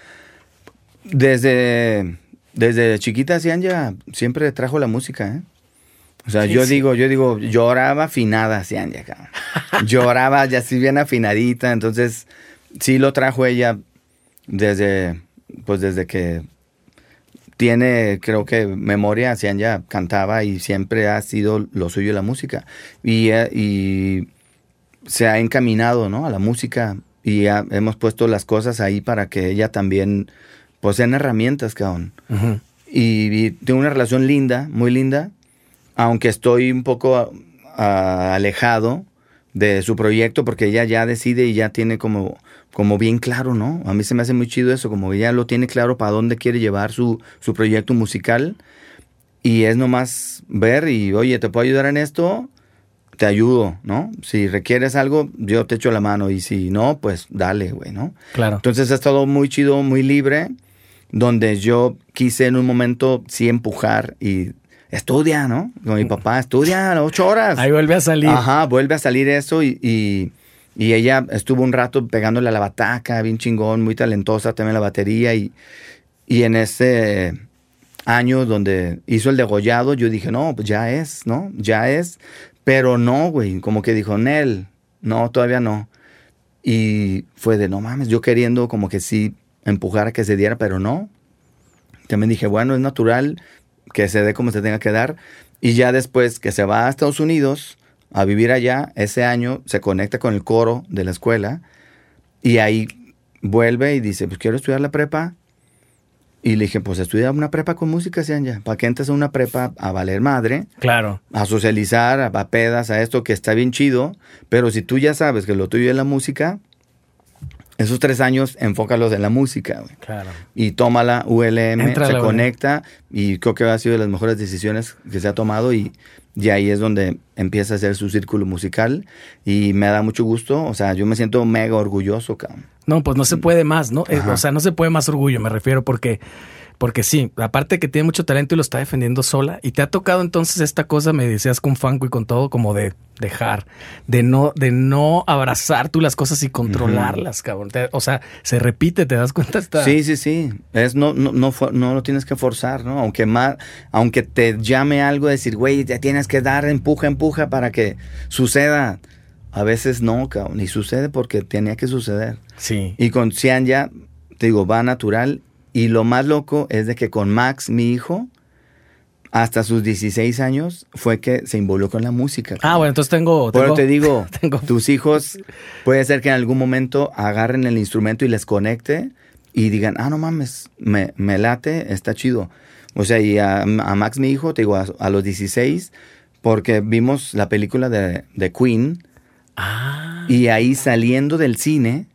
Desde, desde chiquita Xianya siempre trajo la música, ¿eh? O sea, sí, yo sí. digo, yo digo, lloraba afinada Xianya, cabrón. Lloraba ya así bien afinadita, entonces sí lo trajo ella desde, pues desde que tiene, creo que memoria, Xianya cantaba y siempre ha sido lo suyo la música. Y, y se ha encaminado, ¿no? A la música y ha, hemos puesto las cosas ahí para que ella también, pues, sean herramientas, cabrón. Uh-huh. Y, y tengo una relación linda, muy linda, aunque estoy un poco a, a, alejado de su proyecto porque ella ya decide y ya tiene como... como bien claro, ¿no? A mí se me hace muy chido eso, como que ella lo tiene claro para dónde quiere llevar su, su proyecto musical y es nomás ver y, oye, ¿te puedo ayudar en esto? Te ayudo, ¿no? Si requieres algo, yo te echo la mano y si no, pues dale, güey, ¿no? Claro. Entonces ha estado muy chido, muy libre, donde yo quise en un momento sí empujar y estudia, ¿no? Con mi papá, estudia ocho horas. Ahí vuelve a salir. Ajá, vuelve a salir eso y... y Y ella estuvo un rato pegándole a la bataca, bien chingón, muy talentosa también la batería. Y, y en ese año donde hizo el degollado, yo dije, no, pues ya es, ¿no? Ya es. Pero no, güey, como que dijo, Nel, no, todavía no. Y fue de, no mames, yo queriendo como que sí empujar a que se diera, pero no. También dije, bueno, es natural que se dé como se tenga que dar. Y ya después que se va a Estados Unidos... a vivir allá, ese año se conecta con el coro de la escuela y ahí vuelve y dice, pues quiero estudiar la prepa. Y le dije, pues estudia una prepa con música, Xianya, para que entres a una prepa a valer madre. Claro. A socializar, a, a pedas, a esto que está bien chido. Pero si tú ya sabes que lo tuyo es la música, esos tres años enfócalos en la música, güey. Claro. Y tómala, U L M, Entra se la conecta y creo que ha sido de las mejores decisiones que se ha tomado y... Y ahí es donde empieza a hacer su círculo musical y me da mucho gusto. O sea, yo me siento mega orgulloso, cabrón. No, pues no se puede más, ¿no? Ajá. O sea, no se puede más orgullo, me refiero, porque, porque sí, aparte que tiene mucho talento y lo está defendiendo sola. Y te ha tocado entonces esta cosa, me decías con Fanco y con todo, como de dejar, de no, de no abrazar tú las cosas y controlarlas, uh-huh. cabrón. Te, o sea, se repite, ¿te das cuenta? Está... Sí, sí, sí. Es no, no, no, no lo tienes que forzar, ¿no? Aunque más, aunque te llame algo, decir, güey, te tienes que dar empuja, empuja para que suceda. A veces no, cabrón, ni sucede porque tenía que suceder. Sí. Y con Xian ya, te digo, va natural. Y lo más loco es de que con Max, mi hijo, hasta sus dieciséis años, fue que se involucró en la música. Ah, bueno, entonces tengo... Pero tengo, te digo, tengo... tus hijos, puede ser que en algún momento agarren el instrumento y les conecte y digan, ah, no mames, me, me late, está chido. O sea, y a, a Max, mi hijo, te digo, a, a los dieciséis, porque vimos la película de, de Queen, ah. y ahí saliendo del cine...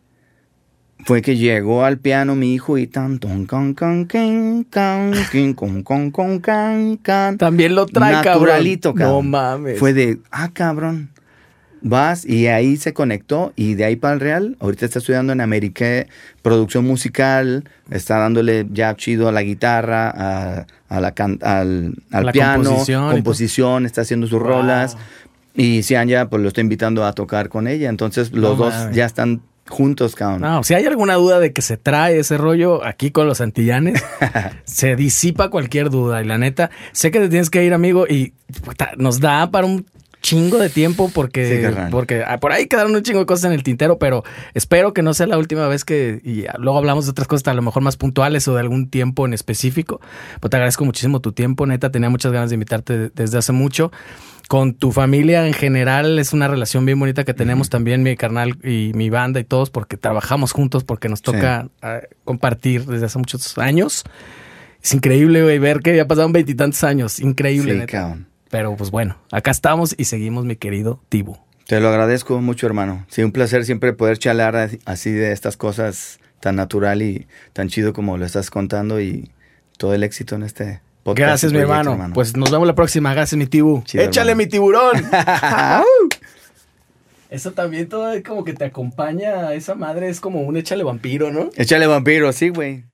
Fue que llegó al piano mi hijo y tan ton con con can can con con con can can. También lo trae, naturalito, cabrón. cabrón. No mames. Fue de, ah, cabrón. Vas y ahí se conectó y de ahí para el Real. Ahorita está estudiando en América producción musical, está dándole ya chido a la guitarra, a, a la can, al, al la piano, composición, composición, está haciendo sus wow. rolas. Y Xian ya pues lo está invitando a tocar con ella. Entonces los no, dos mames. ya están juntos, cabrón. No, si hay alguna duda de que se trae ese rollo aquí con los antillanes, se disipa cualquier duda. Y la neta, sé que te tienes que ir, amigo, y puta, nos da para un chingo de tiempo porque, sí, porque ah, por ahí quedaron un chingo de cosas en el tintero, pero espero que no sea la última vez que... Y luego hablamos de otras cosas a lo mejor más puntuales o de algún tiempo en específico. Pues te agradezco muchísimo tu tiempo, neta. Tenía muchas ganas de invitarte desde hace mucho. Con tu familia en general es una relación bien bonita que tenemos uh-huh. también mi carnal y mi banda y todos porque trabajamos juntos, porque nos toca sí. uh, compartir desde hace muchos años. Es increíble, güey, ver que ya pasaron veintitantos años. Increíble, sí, neta. Cabrón. Pero pues bueno, acá estamos y seguimos, mi querido Tibu. Te lo agradezco mucho, hermano. Sí, un placer siempre poder charlar así de estas cosas tan natural y tan chido como lo estás contando y todo el éxito en este... podcast. Gracias, mi hermano. hermano. Pues nos vemos la próxima. Gracias, mi Tibu. Chido, ¡échale, hermano. mi tiburón! Eso también todo como que te acompaña. Esa madre es como un échale vampiro, ¿no? Échale vampiro, sí, güey.